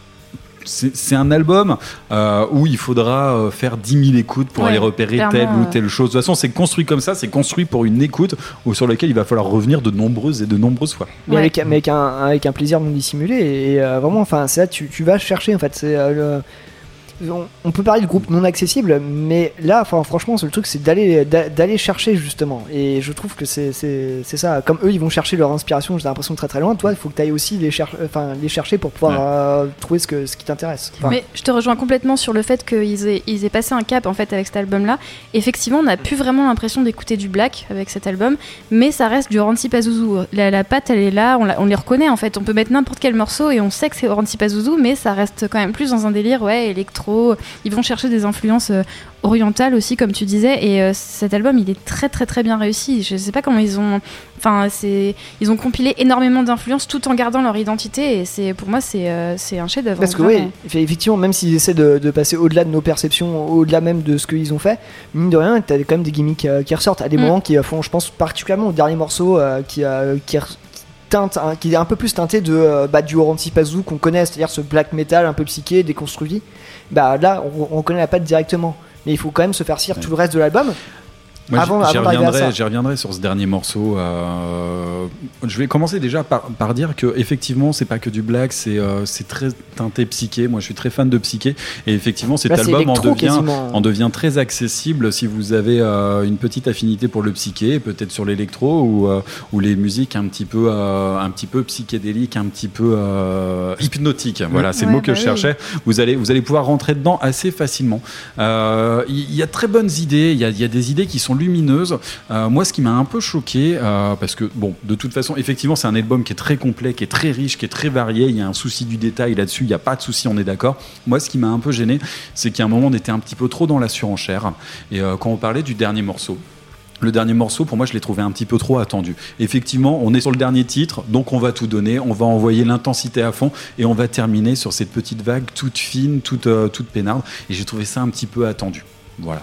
c'est c'est un album euh, où il faudra euh, faire dix mille écoutes pour Ouais, aller repérer clairement, telle ou euh. telle chose. De toute façon, c'est construit comme ça, c'est construit pour une écoute ou sur laquelle il va falloir revenir de nombreuses et de nombreuses fois. Mais Ouais. avec, mais avec un, avec un plaisir non dissimulé et, euh, vraiment, enfin, c'est là tu, tu vas chercher en fait. C'est euh, le- on, on peut parler de groupe non accessible, mais là, enfin, franchement, c'est le truc, c'est d'aller d'a- d'aller chercher justement. Et je trouve que c'est c'est c'est ça. Comme eux, ils vont chercher leur inspiration. J'ai l'impression très très loin. Toi, il faut que tu ailles aussi les, cher- enfin, les chercher pour pouvoir Ouais. euh, trouver ce que ce qui t'intéresse. Enfin, Mais je te rejoins complètement sur le fait qu'ils aient, ils aient passé un cap en fait avec cet album-là. Effectivement, on n'a plus vraiment l'impression d'écouter du black avec cet album, mais ça reste du Rancy Pazuzu. La, la patte, elle est là, on, la- on les reconnaît en fait. On peut mettre n'importe quel morceau et on sait que c'est Rancy Pazuzu, mais ça reste quand même plus dans un délire, ouais, électro. Ils vont chercher des influences euh, orientales aussi, comme tu disais. Et euh, cet album, il est très très très bien réussi. Je sais pas comment ils ont, enfin, c'est, ils ont compilé énormément d'influences tout en gardant leur identité. Et c'est, pour moi, c'est, euh, c'est un chef-d'œuvre. Parce que vraiment. oui, effectivement, même s'ils essaient de, de passer au-delà de nos perceptions, au-delà même de ce qu'ils ont fait, mine de rien, t'as quand même des gimmicks euh, qui ressortent à des Mm. moments qui euh, font, je pense particulièrement au dernier morceau euh, qui, euh, qui, re- qui teinte, hein, qui est un peu plus teinté de euh, bah, du Rancy Pazuzu qu'on connaît, c'est-à-dire ce black metal un peu psyché, déconstruit. Bah là, on, on connaît la patte directement, mais il faut quand même se faire cire tout le reste de l'album. Moi, Avant- j'y avant d'arriver à reviendrai, ça. j'y reviendrai sur ce dernier morceau. euh, je vais commencer déjà par, par dire que effectivement, c'est pas que du black, c'est euh, c'est très teinté psyché. Moi, je suis très fan de psyché, et effectivement, cet Là, c'est album en électro, devient, quasiment. en devient très accessible si vous avez euh, une petite affinité pour le psyché, peut-être sur l'électro ou, euh, ou les musiques un petit peu, euh, un petit peu psychédéliques, un petit peu euh, hypnotiques. Voilà, c'est le Ouais, mot que bah je oui. cherchais. Vous allez, vous allez pouvoir rentrer dedans assez facilement. Euh, Il y, y a très bonnes idées, il y a, il y a des idées qui sont lumineuses. Euh, moi, ce qui m'a un peu choqué, euh, parce que, bon, de toute façon, effectivement, c'est un album qui est très complet, qui est très riche, qui est très varié. Il y a un souci du détail là-dessus, il n'y a pas de souci, on est d'accord. Moi, ce qui m'a un peu gêné, c'est qu'à un moment, on était un petit peu trop dans la surenchère. Et euh, quand on parlait du dernier morceau, le dernier morceau, pour moi, je l'ai trouvé un petit peu trop attendu. Effectivement, on est sur le dernier titre, donc on va tout donner, on va envoyer l'intensité à fond, et on va terminer sur cette petite vague toute fine, toute, euh, toute peinarde. Et j'ai trouvé ça un petit peu attendu. Voilà.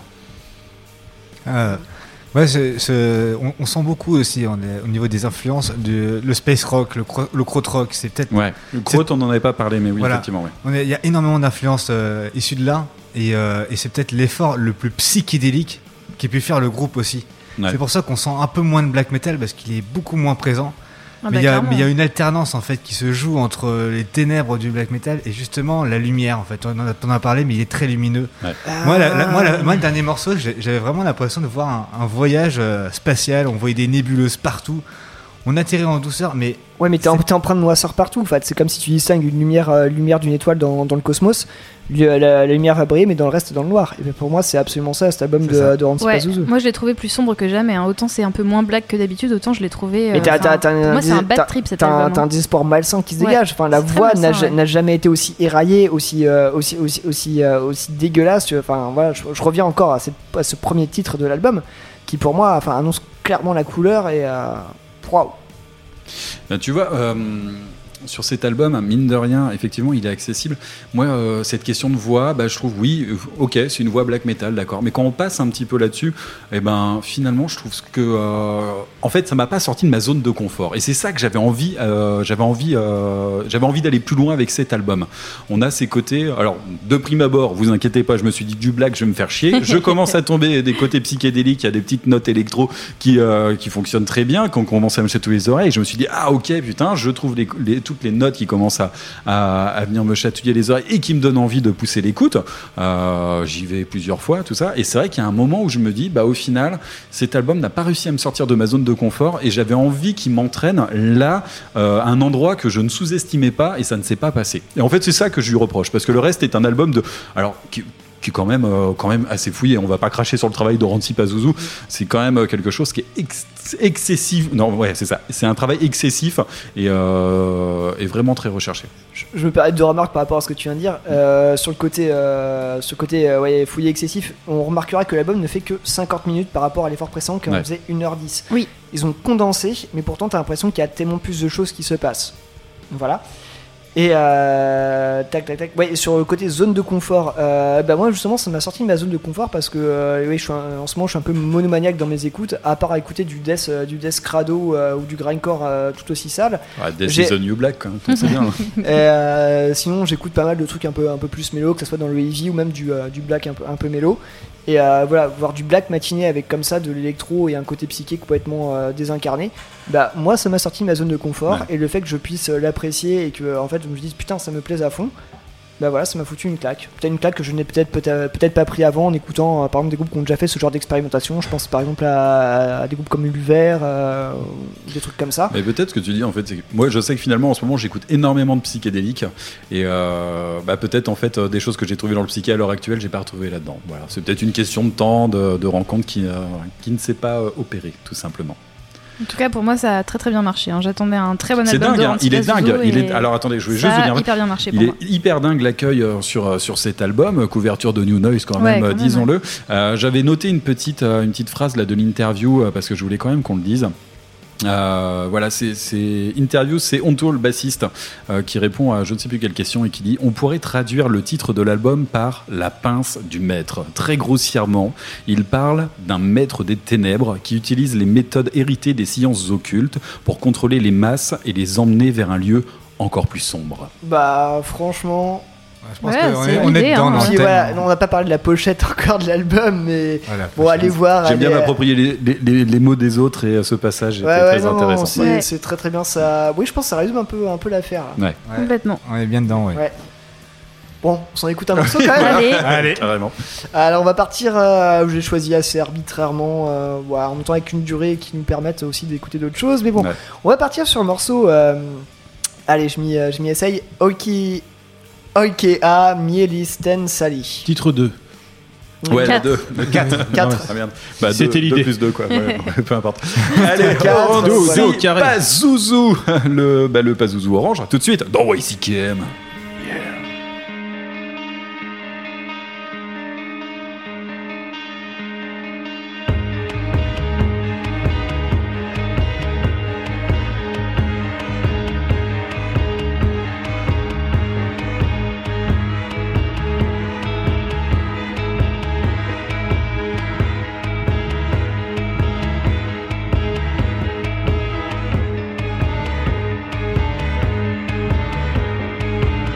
Euh, ouais, c'est- c'est- on, on sent beaucoup aussi on est, au niveau des influences de, le space rock, le, cro- le krautrock rock, c'est peut-être. Ouais, le Crotte, on n'en avait pas parlé, mais oui, Voilà. effectivement. Ouais. On est- Il y a énormément d'influences euh, issues de là, et, euh, et c'est peut-être l'effort le plus psychédélique qu'ait pu faire le groupe aussi. Ouais. C'est pour ça qu'on sent un peu moins de black metal parce qu'il est beaucoup moins présent. Ah mais bah, il y a- clairement. mais il y a une alternance en fait qui se joue entre les ténèbres du black metal et justement la lumière. En fait, on en a, on en a parlé, mais il est très lumineux. Ouais. Moi, la- la- moi, la- moi, le dernier morceau, j'ai- j'avais vraiment l'impression de voir un, un voyage euh, spatial. On voyait des nébuleuses partout. On atterrit en douceur, mais Ouais, mais t'es, en, t'es empreint de noirceur partout. En fait, c'est comme si tu distingues une lumière, euh, lumière d'une étoile dans, dans le cosmos. Le- la, la lumière va briller, mais dans le reste, dans le noir. Et bien, pour moi, c'est absolument ça, cet album C'est de, ça. de Randy Ouais, Pazuzu. moi je l'ai trouvé plus sombre que jamais. hein. Autant c'est un peu moins black que d'habitude, autant je l'ai trouvé. euh, Et t'as, enfin, t'as, t'as pour un, moi c'est un t'as- bad trip cet t'as un- album. t'as un hein. désespoir malsain qui se Ouais, dégage. Enfin, la c'est très voix malsain, n'a, ja- ouais. n'a jamais été aussi éraillée, aussi, euh, aussi, aussi, aussi, euh, aussi dégueulasse. tu vois. Enfin, voilà, je, je reviens encore à, cette- à ce premier titre de l'album qui, pour moi, enfin, annonce clairement la couleur et. Euh, waouh! Ben, tu vois, euh, sur cet album, mine de rien, effectivement, il est accessible. Moi, euh, cette question de voix, bah, je trouve, oui, euh, ok, c'est une voix black metal, d'accord. Mais quand on passe un petit peu là-dessus, eh ben, finalement, je trouve que, euh, en fait, ça m'a pas sorti de ma zone de confort. Et c'est ça que j'avais envie, euh, j'avais envie, euh, j'avais envie d'aller plus loin avec cet album. On a ces côtés, alors, de prime abord, vous inquiétez pas, je me suis dit du black, je vais me faire chier. Je commence à tomber des côtés psychédéliques, il y a des petites notes électro qui, euh, qui fonctionnent très bien. Quand on commence à me chatouiller les oreilles, je me suis dit, ah, ok, putain, je trouve les, les- toutes les notes qui commencent à, à, à venir me chatouiller les oreilles et qui me donnent envie de pousser l'écoute. Euh, j'y vais plusieurs fois, tout ça. Et c'est vrai qu'il y a un moment où je me dis, bah, au final, cet album n'a pas réussi à me sortir de ma zone de confort et j'avais envie qu'il m'entraîne là, euh, à un endroit que je ne sous-estimais pas et ça ne s'est pas passé. Et en fait, c'est ça que je lui reproche parce que le reste est un album de. Alors, qui, qui est quand même, euh, quand même assez fouillé. On va pas cracher sur le travail de Randy Pazuzu. C'est quand même euh, quelque chose qui est ex- excessif. Non, ouais, c'est ça. C'est un travail excessif et, euh, et vraiment très recherché. Je, je me permets deux remarques par rapport à ce que tu viens de dire. Euh, sur le côté, euh, sur le côté euh, ouais, fouillé excessif, on remarquera que l'album ne fait que cinquante minutes par rapport à l'effort précédent qui en Ouais. faisait une heure dix. Oui. Ils ont condensé, mais pourtant t'as l'impression qu'il y a tellement plus de choses qui se passent. Voilà. Et euh, tac tac tac. Ouais, sur le côté zone de confort, euh, bah moi justement ça m'a sorti de ma zone de confort parce que euh, oui, je suis un- en ce moment je suis un peu monomaniaque dans mes écoutes, à part écouter du death, euh, du death crado euh, ou du grindcore euh, tout aussi sale. Ah, Death J'ai- is the New Black, quand même, c'est bien. Et, euh, sinon j'écoute pas mal de trucs un peu, un peu plus mélo, que ce soit dans le heavy ou même du, euh, du black un peu, un peu mélo. Et euh, voilà, voir du black matiné avec comme ça de l'électro et un côté psyché complètement euh, désincarné, bah moi ça m'a sorti de ma zone de confort. Ouais. Et le fait que je puisse euh, l'apprécier et que en fait je me dise putain ça me plaise à fond, bah voilà, ça m'a foutu une claque. Peut-être une claque que je n'ai peut-être peut-être, peut-être pas pris avant en écoutant euh, par exemple des groupes qui ont déjà fait ce genre d'expérimentation. Je pense par exemple à, à des groupes comme Ulver, euh, ou des trucs comme ça. Mais peut-être ce que tu dis en fait, c'est que moi je sais que finalement en ce moment j'écoute énormément de psychédéliques et euh, bah, peut-être en fait euh, des choses que j'ai trouvées dans le psyché à l'heure actuelle j'ai pas retrouvé là-dedans. Voilà, c'est peut-être une question de temps, de, de rencontre qui, euh, qui ne s'est pas euh, opérée tout simplement. En tout cas, pour moi, ça a très très bien marché. hein. J'attendais un très bon C'est album dingue, de hein. Randy Il est Pazuzu dingue. Il et est... Alors attendez, je voulais ça juste a venir. hyper bien marché pour Il moi. est hyper dingue l'accueil euh, sur, euh, sur cet album, couverture de New Noise quand Ouais, même, quand euh, même, disons-le. Euh, J'avais noté une petite, euh, une petite phrase là, de l'interview euh, parce que je voulais quand même qu'on le dise. Euh, voilà, c'est, c'est interview, c'est Onto le bassiste euh, qui répond à je ne sais plus quelle question et qui dit on pourrait traduire le titre de l'album par la pince du maître. Très grossièrement, il parle d'un maître des ténèbres qui utilise les méthodes héritées des sciences occultes pour contrôler les masses et les emmener vers un lieu encore plus sombre. Bah franchement. Je pense Ouais, qu'on c'est est- on est l'idée, dedans hein. dans le Puis thème. voilà, non, on n'a pas parlé de la pochette encore de l'album, mais Voilà, bon, allez voir. J'aime bien allez- m'approprier les, les- les- les mots des autres et euh, ce passage était Ouais, ouais, très non, non, intéressant. c'est, Ouais. c'est très très bien ça. Oui, je pense que ça résume un peu, un peu l'affaire. là. Ouais. Complètement. On est bien dedans, ouais. Ouais. Bon, on s'en écoute un morceau quand même. Allez. Allez, carrément. Alors on va partir, euh, j'ai choisi assez arbitrairement, euh, voilà, en même temps avec une durée qui nous permette aussi d'écouter d'autres choses, mais bon, Ouais. on va partir sur un morceau, euh, allez je m'y, euh, je m'y essaye, Oiki, Oikea Mielisten Sali. Titre deux. Ouais, Quatre. le deux. Le quatre. Quatre. Ah merde. Bah, C'était deux- l'idée. deux plus deux, quoi. Ouais, peu importe. Allez, Quatre, on deux, dit deux au carré. Pazuzu. Le, bah, le Pazuzu orange. Tout de suite, dans Y C K M. Thank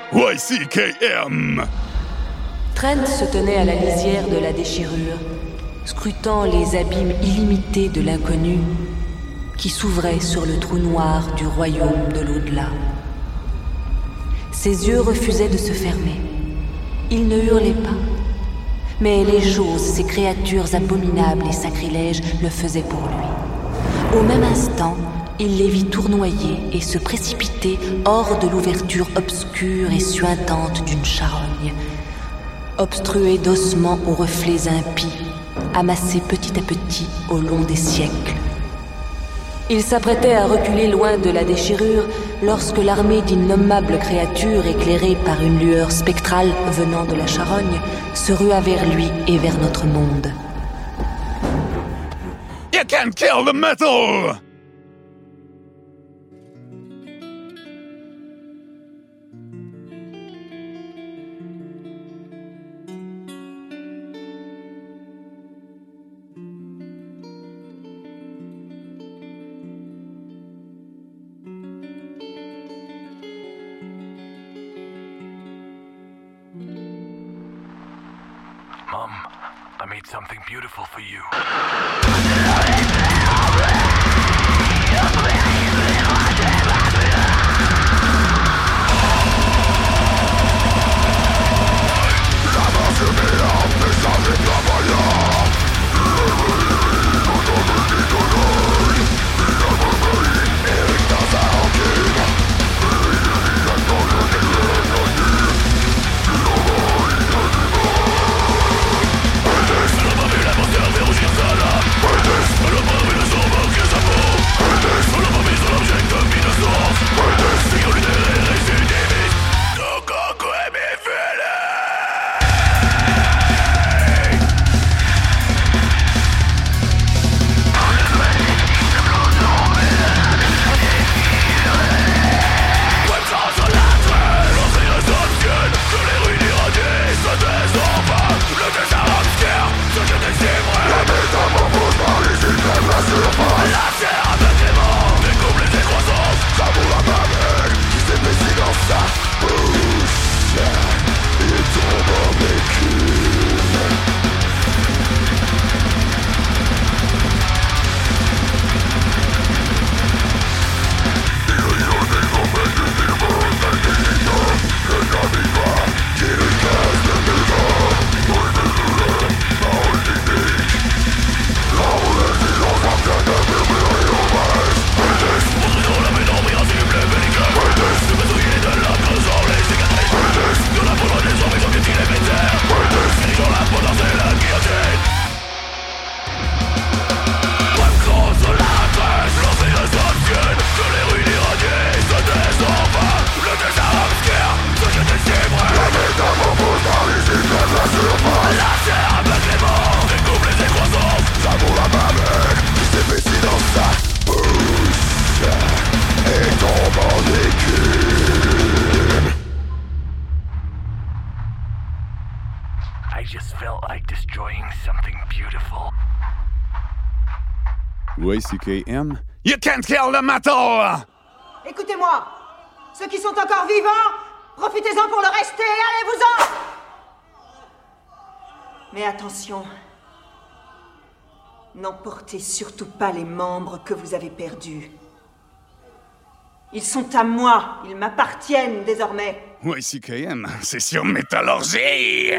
Y C K M. Trent se tenait à la lisière de la déchirure, scrutant les abîmes illimités de l'inconnu qui s'ouvraient sur le trou noir du royaume de l'au-delà. Ses yeux refusaient de se fermer. Il ne hurlait pas. Mais les choses, ces créatures abominables et sacrilèges, le faisaient pour lui. Au même instant, il les vit tournoyer et se précipiter hors de l'ouverture obscure et suintante d'une charogne, obstruée d'ossements aux reflets impies, amassés petit à petit au long des siècles. Il s'apprêtait à reculer loin de la déchirure lorsque l'armée d'innommables créatures éclairées par une lueur spectrale venant de la charogne se rua vers lui et vers notre monde. You can't kill the metal! Mom, I made something beautiful for you. I just felt like destroying something beautiful. Y C K M. You can't kill the metal! Écoutez-moi, ceux qui sont encore vivants, profitez-en pour le rester, allez-vous-en! Mais attention, n'emportez surtout pas les membres que vous avez perdus. Ils sont à moi, ils m'appartiennent désormais. Y C K M, c'est sur Métallurgie!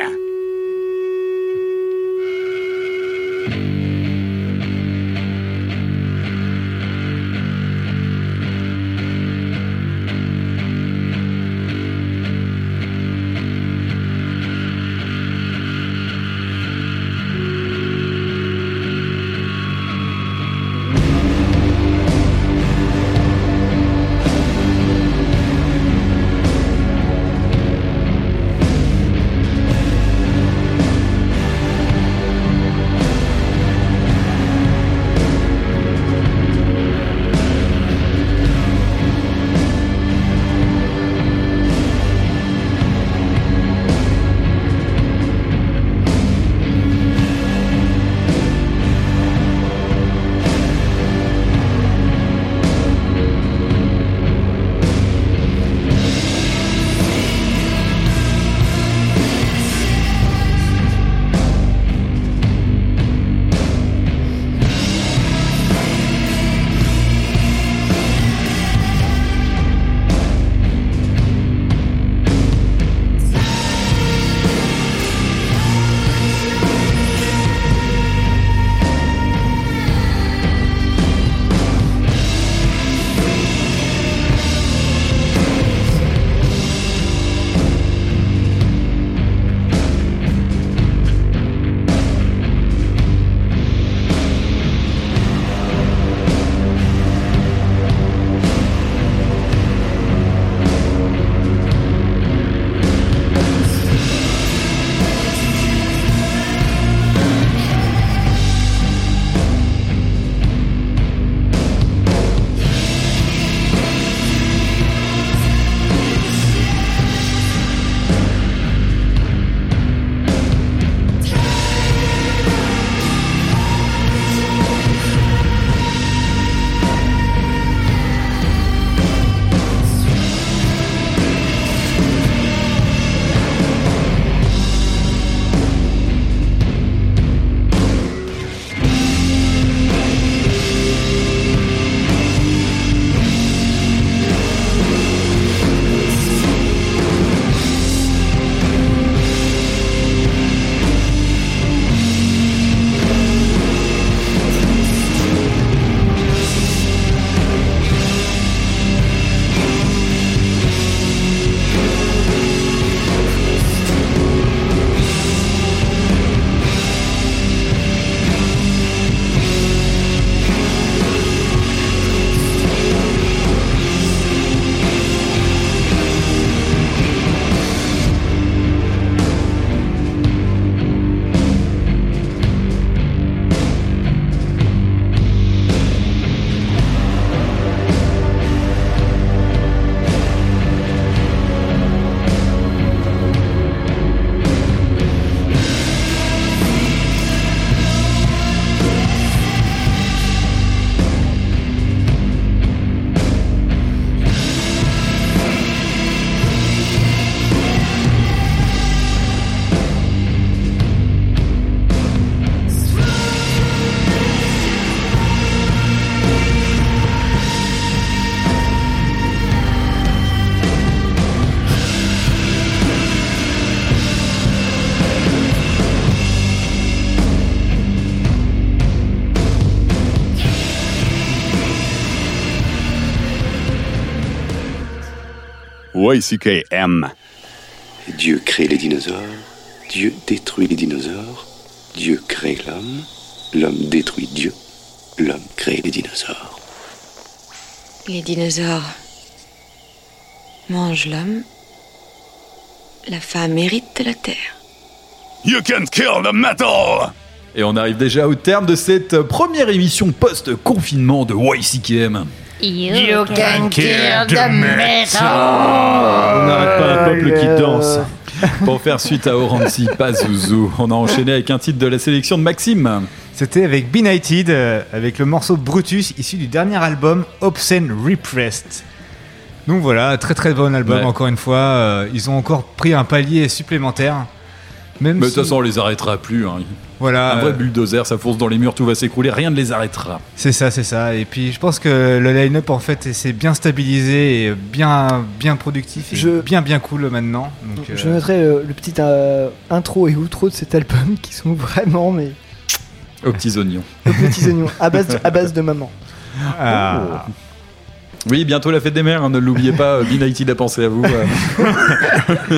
Y C K M. Dieu crée les dinosaures, Dieu détruit les dinosaures, Dieu crée l'homme, l'homme détruit Dieu, l'homme crée les dinosaures. Les dinosaures mangent l'homme. La femme hérite de la terre. You can't kill the metal! Et on arrive déjà au terme de cette première émission post-confinement de Y C K M. You, You can kill the metal! On n'arrête pas un peuple qui danse. Pour faire suite à Oranzi Pazuzu, on a enchaîné avec un titre de la sélection de Maxime. C'était avec Benighted, euh, avec le morceau Brutus, issu du dernier album Obscene Repressed. Donc voilà, très très bon album, Ouais. encore une fois. Euh, ils ont encore pris un palier supplémentaire. Même Mais de si- toute façon, on les arrêtera plus. Hein. Voilà, Un vrai euh, bulldozer, ça fonce dans les murs, tout va s'écrouler, rien ne les arrêtera. c'est ça, c'est ça. Et puis je pense que le line-up en fait s'est bien stabilisé et bien, bien productif et Je- bien bien cool maintenant. Donc, Je euh, noterai le, le petit euh, intro et outro de cet album qui sont vraiment mais Aux petits oignons. aux petits oignons à base de, à base de maman. ah. Oui, bientôt la fête des mères, hein, ne l'oubliez pas, Benighted a pensé à vous. euh.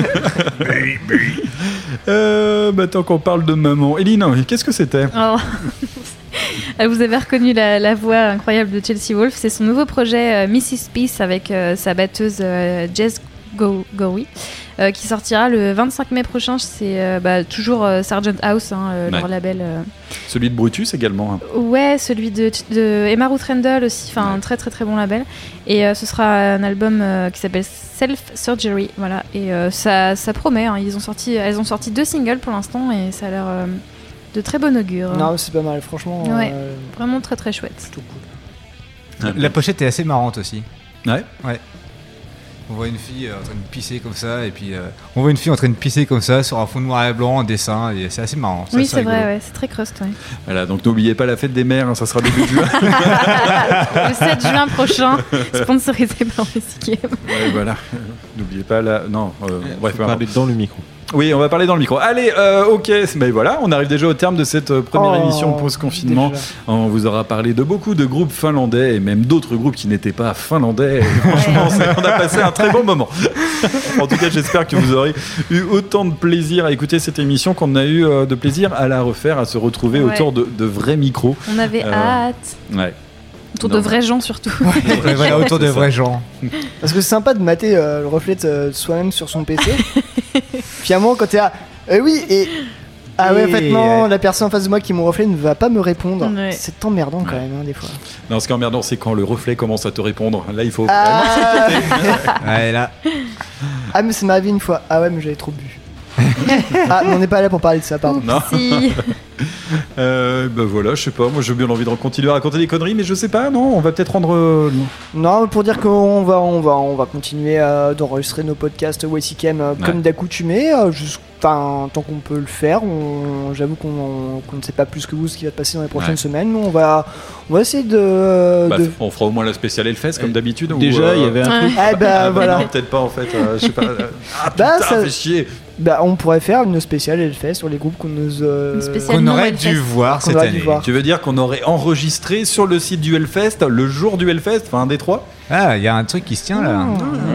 euh, bah, tant qu'on parle de maman. Eline, qu'est-ce que c'était? Oh. Vous avez reconnu la, la voix incroyable de Chelsea Wolfe. C'est son nouveau projet euh, missus Peace avec euh, sa batteuse euh, Jess Go- Gowie euh, qui sortira le vingt-cinq mai prochain. C'est euh, bah, toujours euh, Sargent House, hein, euh, Ouais. leur label. euh. Celui de Brutus également. hein. Ouais, celui de, de Emma Ruth Randall aussi. Enfin, un très très très bon label. Et euh, ce sera un album euh, qui s'appelle Self Surgery. Voilà. Et euh, ça, ça promet. Hein. Ils ont sorti, elles ont sorti deux singles pour l'instant et ça a l'air euh, de très bon augure. Non, c'est pas mal, franchement. Ouais. euh, Vraiment très très chouette. La pochette est assez marrante aussi. Ouais. Ouais. On voit une fille euh, en train de pisser comme ça, et puis euh, on voit une fille en train de pisser comme ça sur un fond noir et blanc en dessin, et c'est assez marrant. Oui, assez c'est rigolo. vrai, ouais, c'est très crust. Ouais. Voilà, donc n'oubliez pas la fête des mères, hein, ça sera début juin. Le sept juin prochain, sponsorisé par Y C K M. Ouais, voilà. Euh, N'oubliez pas la. Non, euh, bref, Faut parler dans le micro. Oui, on va parler dans le micro. Allez, euh, ok, mais voilà, on arrive déjà au terme de cette euh, première Oh, émission post-confinement. déjà. On vous aura parlé de beaucoup de groupes finlandais et même d'autres groupes qui n'étaient pas finlandais. Et franchement, c'est- on a passé un très bon moment. En tout cas, j'espère que vous aurez eu autant de plaisir à écouter cette émission qu'on a eu euh, de plaisir à la refaire, à se retrouver Ouais. autour de, de vrais micros. On avait Euh, hâte. Ouais. Autour Non. de vrais gens surtout. Ouais, voilà, autour de C'est ça. vrais gens. Parce que c'est sympa de mater euh, le reflet de soi-même sur son P C. Puis à un moment, quand t'es là, euh, oui, et. Ah ouais, en fait, Et, non, euh, la personne en face de moi qui est mon reflet ne va pas me répondre. Ouais. C'est emmerdant quand même, hein, des fois. Non, ce qui est emmerdant, c'est quand le reflet commence à te répondre. Là, il faut Ah, Ouais, là. ah, mais ça m'est arrivé une fois. Ah ouais, mais j'avais trop bu. Ah, mais on n'est pas là pour parler de ça, pardon. Non. Si. Euh, bah voilà, je sais pas, moi j'ai bien envie de continuer à raconter des conneries, mais je sais pas, non, on va peut-être rendre. euh, non. Non, pour dire qu'on va, on va, on va continuer euh, d'enregistrer nos podcasts Y C K M euh, comme Ouais. d'accoutumé, euh, jusqu'- enfin, tant qu'on peut le faire. On- J'avoue qu'on qu'on ne sait pas plus que vous ce qui va se passer dans les prochaines Ouais. semaines, mais on va, on va essayer de. Bah, de- on fera au moins la spéciale Hellfest comme d'habitude. ou, Déjà, euh, il y avait un truc. Ah bah ah, voilà. non, peut-être pas en fait, euh, je sais pas. euh, Ah Bah, putain, ça- fait chier. Bah, on pourrait faire une spéciale Hellfest sur les groupes qu'on nous. euh, Une spéciale. Qu'on non aurait Hellfest. dû voir Qu'on cette aurait dû année. voir. Tu veux dire qu'on aurait enregistré sur le site du Hellfest le jour du Hellfest, enfin un des trois? Ah, il y a un truc qui se tient là.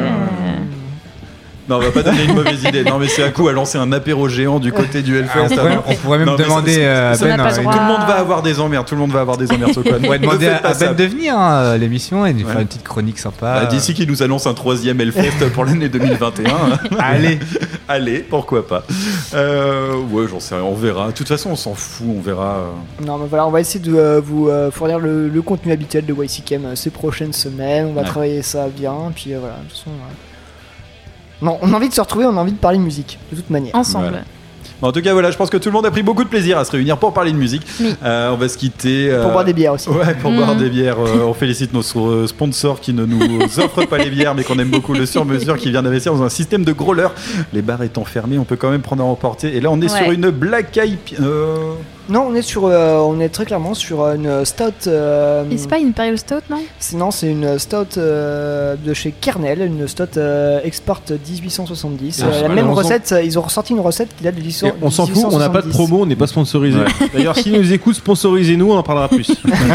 Non, on va pas donner une mauvaise idée. Non, mais c'est à coup à lancer un apéro géant du côté du Ah, on, Hellfest. pourrait, avant. on pourrait même Non, mais ça- demander ça- à ça- Ben. n'a pas euh, le une- droit. Tout le monde va avoir des emmerdes. Tout le monde va avoir des emmerdes. Socon. On pourrait Ne demander faites à, pas à ça. Ben de venir hein, à l'émission et de faire Ouais. une petite chronique sympa. Bah, D'ici qu'il nous annonce un troisième Hellfest pour l'année deux mille vingt et un. Allez. Allez, pourquoi pas. Euh, ouais, j'en sais rien, on verra. De toute façon, on s'en fout, on verra. euh. Non, mais voilà, on va essayer de euh, vous euh, fournir le, le contenu habituel de Y C K M euh, ces prochaines semaines. On va Ouais. travailler ça bien, puis euh, voilà, de toute façon. euh, Non, on a envie de se retrouver, on a envie de parler de musique, de toute manière. Ensemble. Voilà. En tout cas, voilà, je pense que tout le monde a pris beaucoup de plaisir à se réunir pour parler de musique. Oui. Euh, on va se quitter. euh, Pour boire des bières aussi. Ouais, pour Mm. boire des bières. Euh, on félicite nos so- sponsors qui ne nous offrent pas les bières, mais qu'on aime beaucoup, le sur-mesure qui vient d'investir dans un système de growler. Les bars étant fermés, on peut quand même prendre à emporter. Et là, on est Ouais. sur une Black Eyed Pe- euh, Non, on est sur, euh, on est très clairement sur une stout. Euh, Et c'est pas une Imperial Stout, non? Sinon, c'est une stout euh, de chez Kernel, une stout euh, Export dix-huit cent soixante-dix. Ah, Euh, la ouais, même on recette, s'en... ils ont ressorti une recette qui date de dix-huit cents. On s'en fout, on n'a pas de promo, on n'est pas sponsorisé. Ouais. D'ailleurs, si nous écoutent, sponsorisez-nous, on en parlera plus.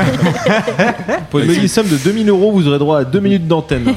Pour une modique somme de deux mille euros, vous aurez droit à deux minutes d'antenne.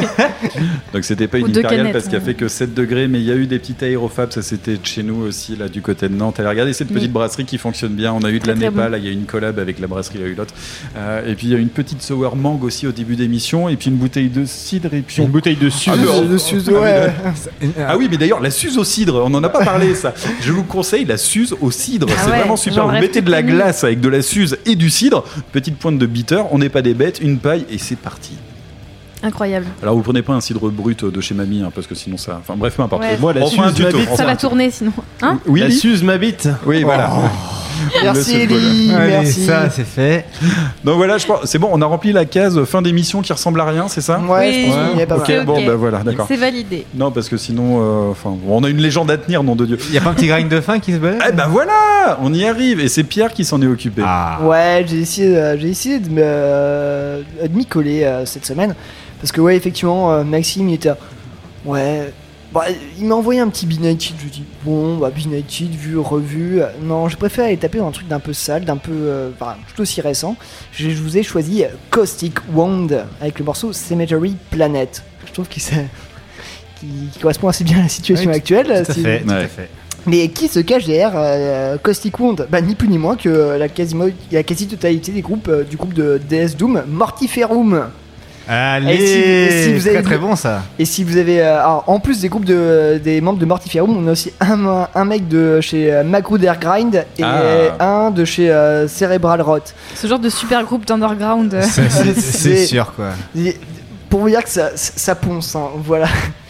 Donc c'était pas une Ou deux Impériale canettes, parce qu'il a hein. fait que sept degrés, mais il y a eu des petites aérofabs, ça c'était de chez nous aussi, là du côté de Nantes. Allez, regardez cette petite Oui. brasserie qui fonctionne bien. On a eu de la Très, très Népal, bon. là, il y a une collab avec la brasserie La Hulotte. Euh, et puis il y a une petite sour mangue aussi au début d'émission, et puis une bouteille de cidre, et puis Une bouteille de suze. Ah, mais- de Suze, Ah, ouais. mais- Ah oui, mais d'ailleurs, la Suze au cidre, on n'en a pas parlé ça. Je vous conseille la Suze au cidre, Ah c'est ouais, vraiment super. j'en Vous rêve mettez de toute la la nuit. glace avec de la Suze et du cidre, petite pointe de bitter, on n'est pas des bêtes, une paille, et c'est parti. Incroyable. Alors vous prenez pas un cidre brut de chez mamie, hein, parce que sinon ça. Enfin bref, peu importe. Ouais. Moi, la On fera un Suze tuto. m'habite. on Ça fera va un tuto. tourner sinon. Hein? Oui, La Lee Suze m'habite. oui, voilà. Merci Le Ellie, Allez, merci. ça, c'est fait. Donc voilà, je pense, c'est bon, on a rempli la case fin d'émission qui ressemble à rien, c'est ça? Ouais, je pense Oui. qu'on y est pas Ok, mal. bon, Ok. bah voilà, d'accord. C'est validé. Non, parce que sinon, euh, enfin, bon, on a une légende à tenir, nom de Dieu. Il y a pas un petit grind de fin qui se balade? Eh ben voilà, on y arrive, et c'est Pierre qui s'en est occupé. Ah. Ouais, j'ai essayé, euh, j'ai essayé de, me, euh, de m'y coller euh, cette semaine. Parce que, ouais, effectivement, euh, Maxime, il était. Ouais. Bah, il m'a envoyé un petit B-Nighted. Je lui dis, bon, bah, B-Nighted, vu, revu. Euh, Non, je préfère aller taper dans un truc d'un peu sale, d'un peu. Euh, enfin, tout aussi récent. Je, je vous ai choisi euh, Caustic Wound avec le morceau Cemetery Planet. Je trouve qu'il s'est- qui, qui correspond assez bien à la situation Oui, actuelle. Tout à Si- fait, tout à Ouais. fait. Mais qui se cache derrière euh, Caustic Wound? Bah ni plus ni moins que la quasi la quasi totalité des groupes euh, du groupe de D S Doom, Mortiferum. Allez, Et si- et si vous avez- très très bon ça. Et si vous avez, euh, alors, en plus des groupes de des membres de Mortiferum, on a aussi un, un mec de chez euh, Magruder Grind et Ah. un de chez euh, Cerebral Rot. Ce genre de super groupe d'underground. euh, C'est- C'est c'est C'est- sûr quoi. Et pour vous dire que ça, ça ponce, hein, voilà.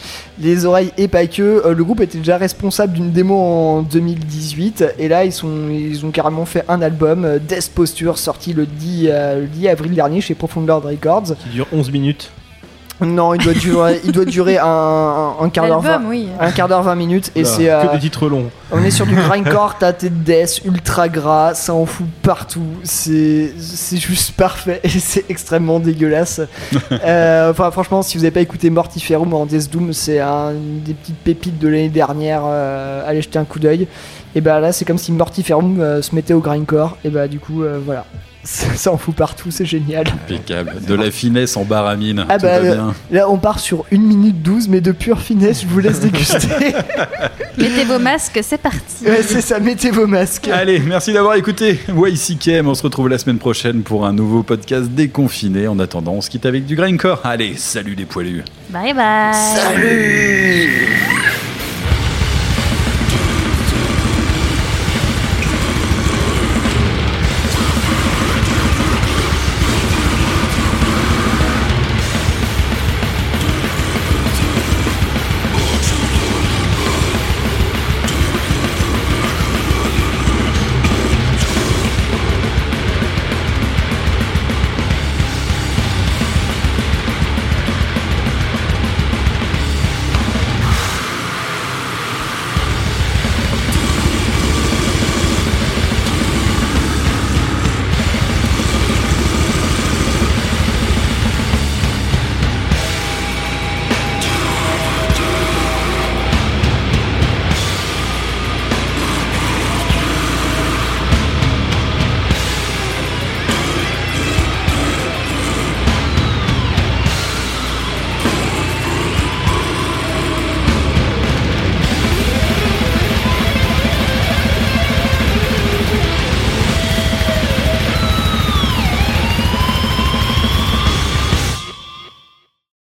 Les oreilles et pas que. Euh, le groupe était déjà responsable d'une démo en deux mille dix-huit et là ils, sont, ils ont carrément fait un album, euh, Death Posture, sorti le dix, euh, le dix avril dernier chez Profound Records. Qui dure onze minutes. Non, il doit durer, il doit durer un, un, un quart d'heure, L'album, vingt- oui. un quart d'heure, vingt minutes et Là, c'est. que euh, des titres longs. on est sur du grindcore, t'as tes death ultra gras, ça en fout partout, c'est c'est juste parfait et c'est extrêmement dégueulasse. Euh, Enfin, franchement, si vous avez pas écouté Mortiferum en Death Doom, c'est un une des petites pépites de l'année dernière. Euh, allez jeter un coup d'œil. Et bah là, c'est comme si Mortiferum euh, se mettait au grindcore. Et bah du coup, euh, voilà. Ça, ça en fout partout, c'est génial. Impeccable. De la finesse en baramine. Ah tout bah va euh, bien. là on part sur une minute douze mais de pure finesse, je vous laisse déguster. Mettez vos masques, c'est parti. Ouais, c'est ça, mettez vos masques. Allez, merci d'avoir écouté Y C K M. On se retrouve la semaine prochaine pour un nouveau podcast déconfiné. En attendant, on se quitte avec du grindcore. Allez, salut les poilus. Bye bye. Salut.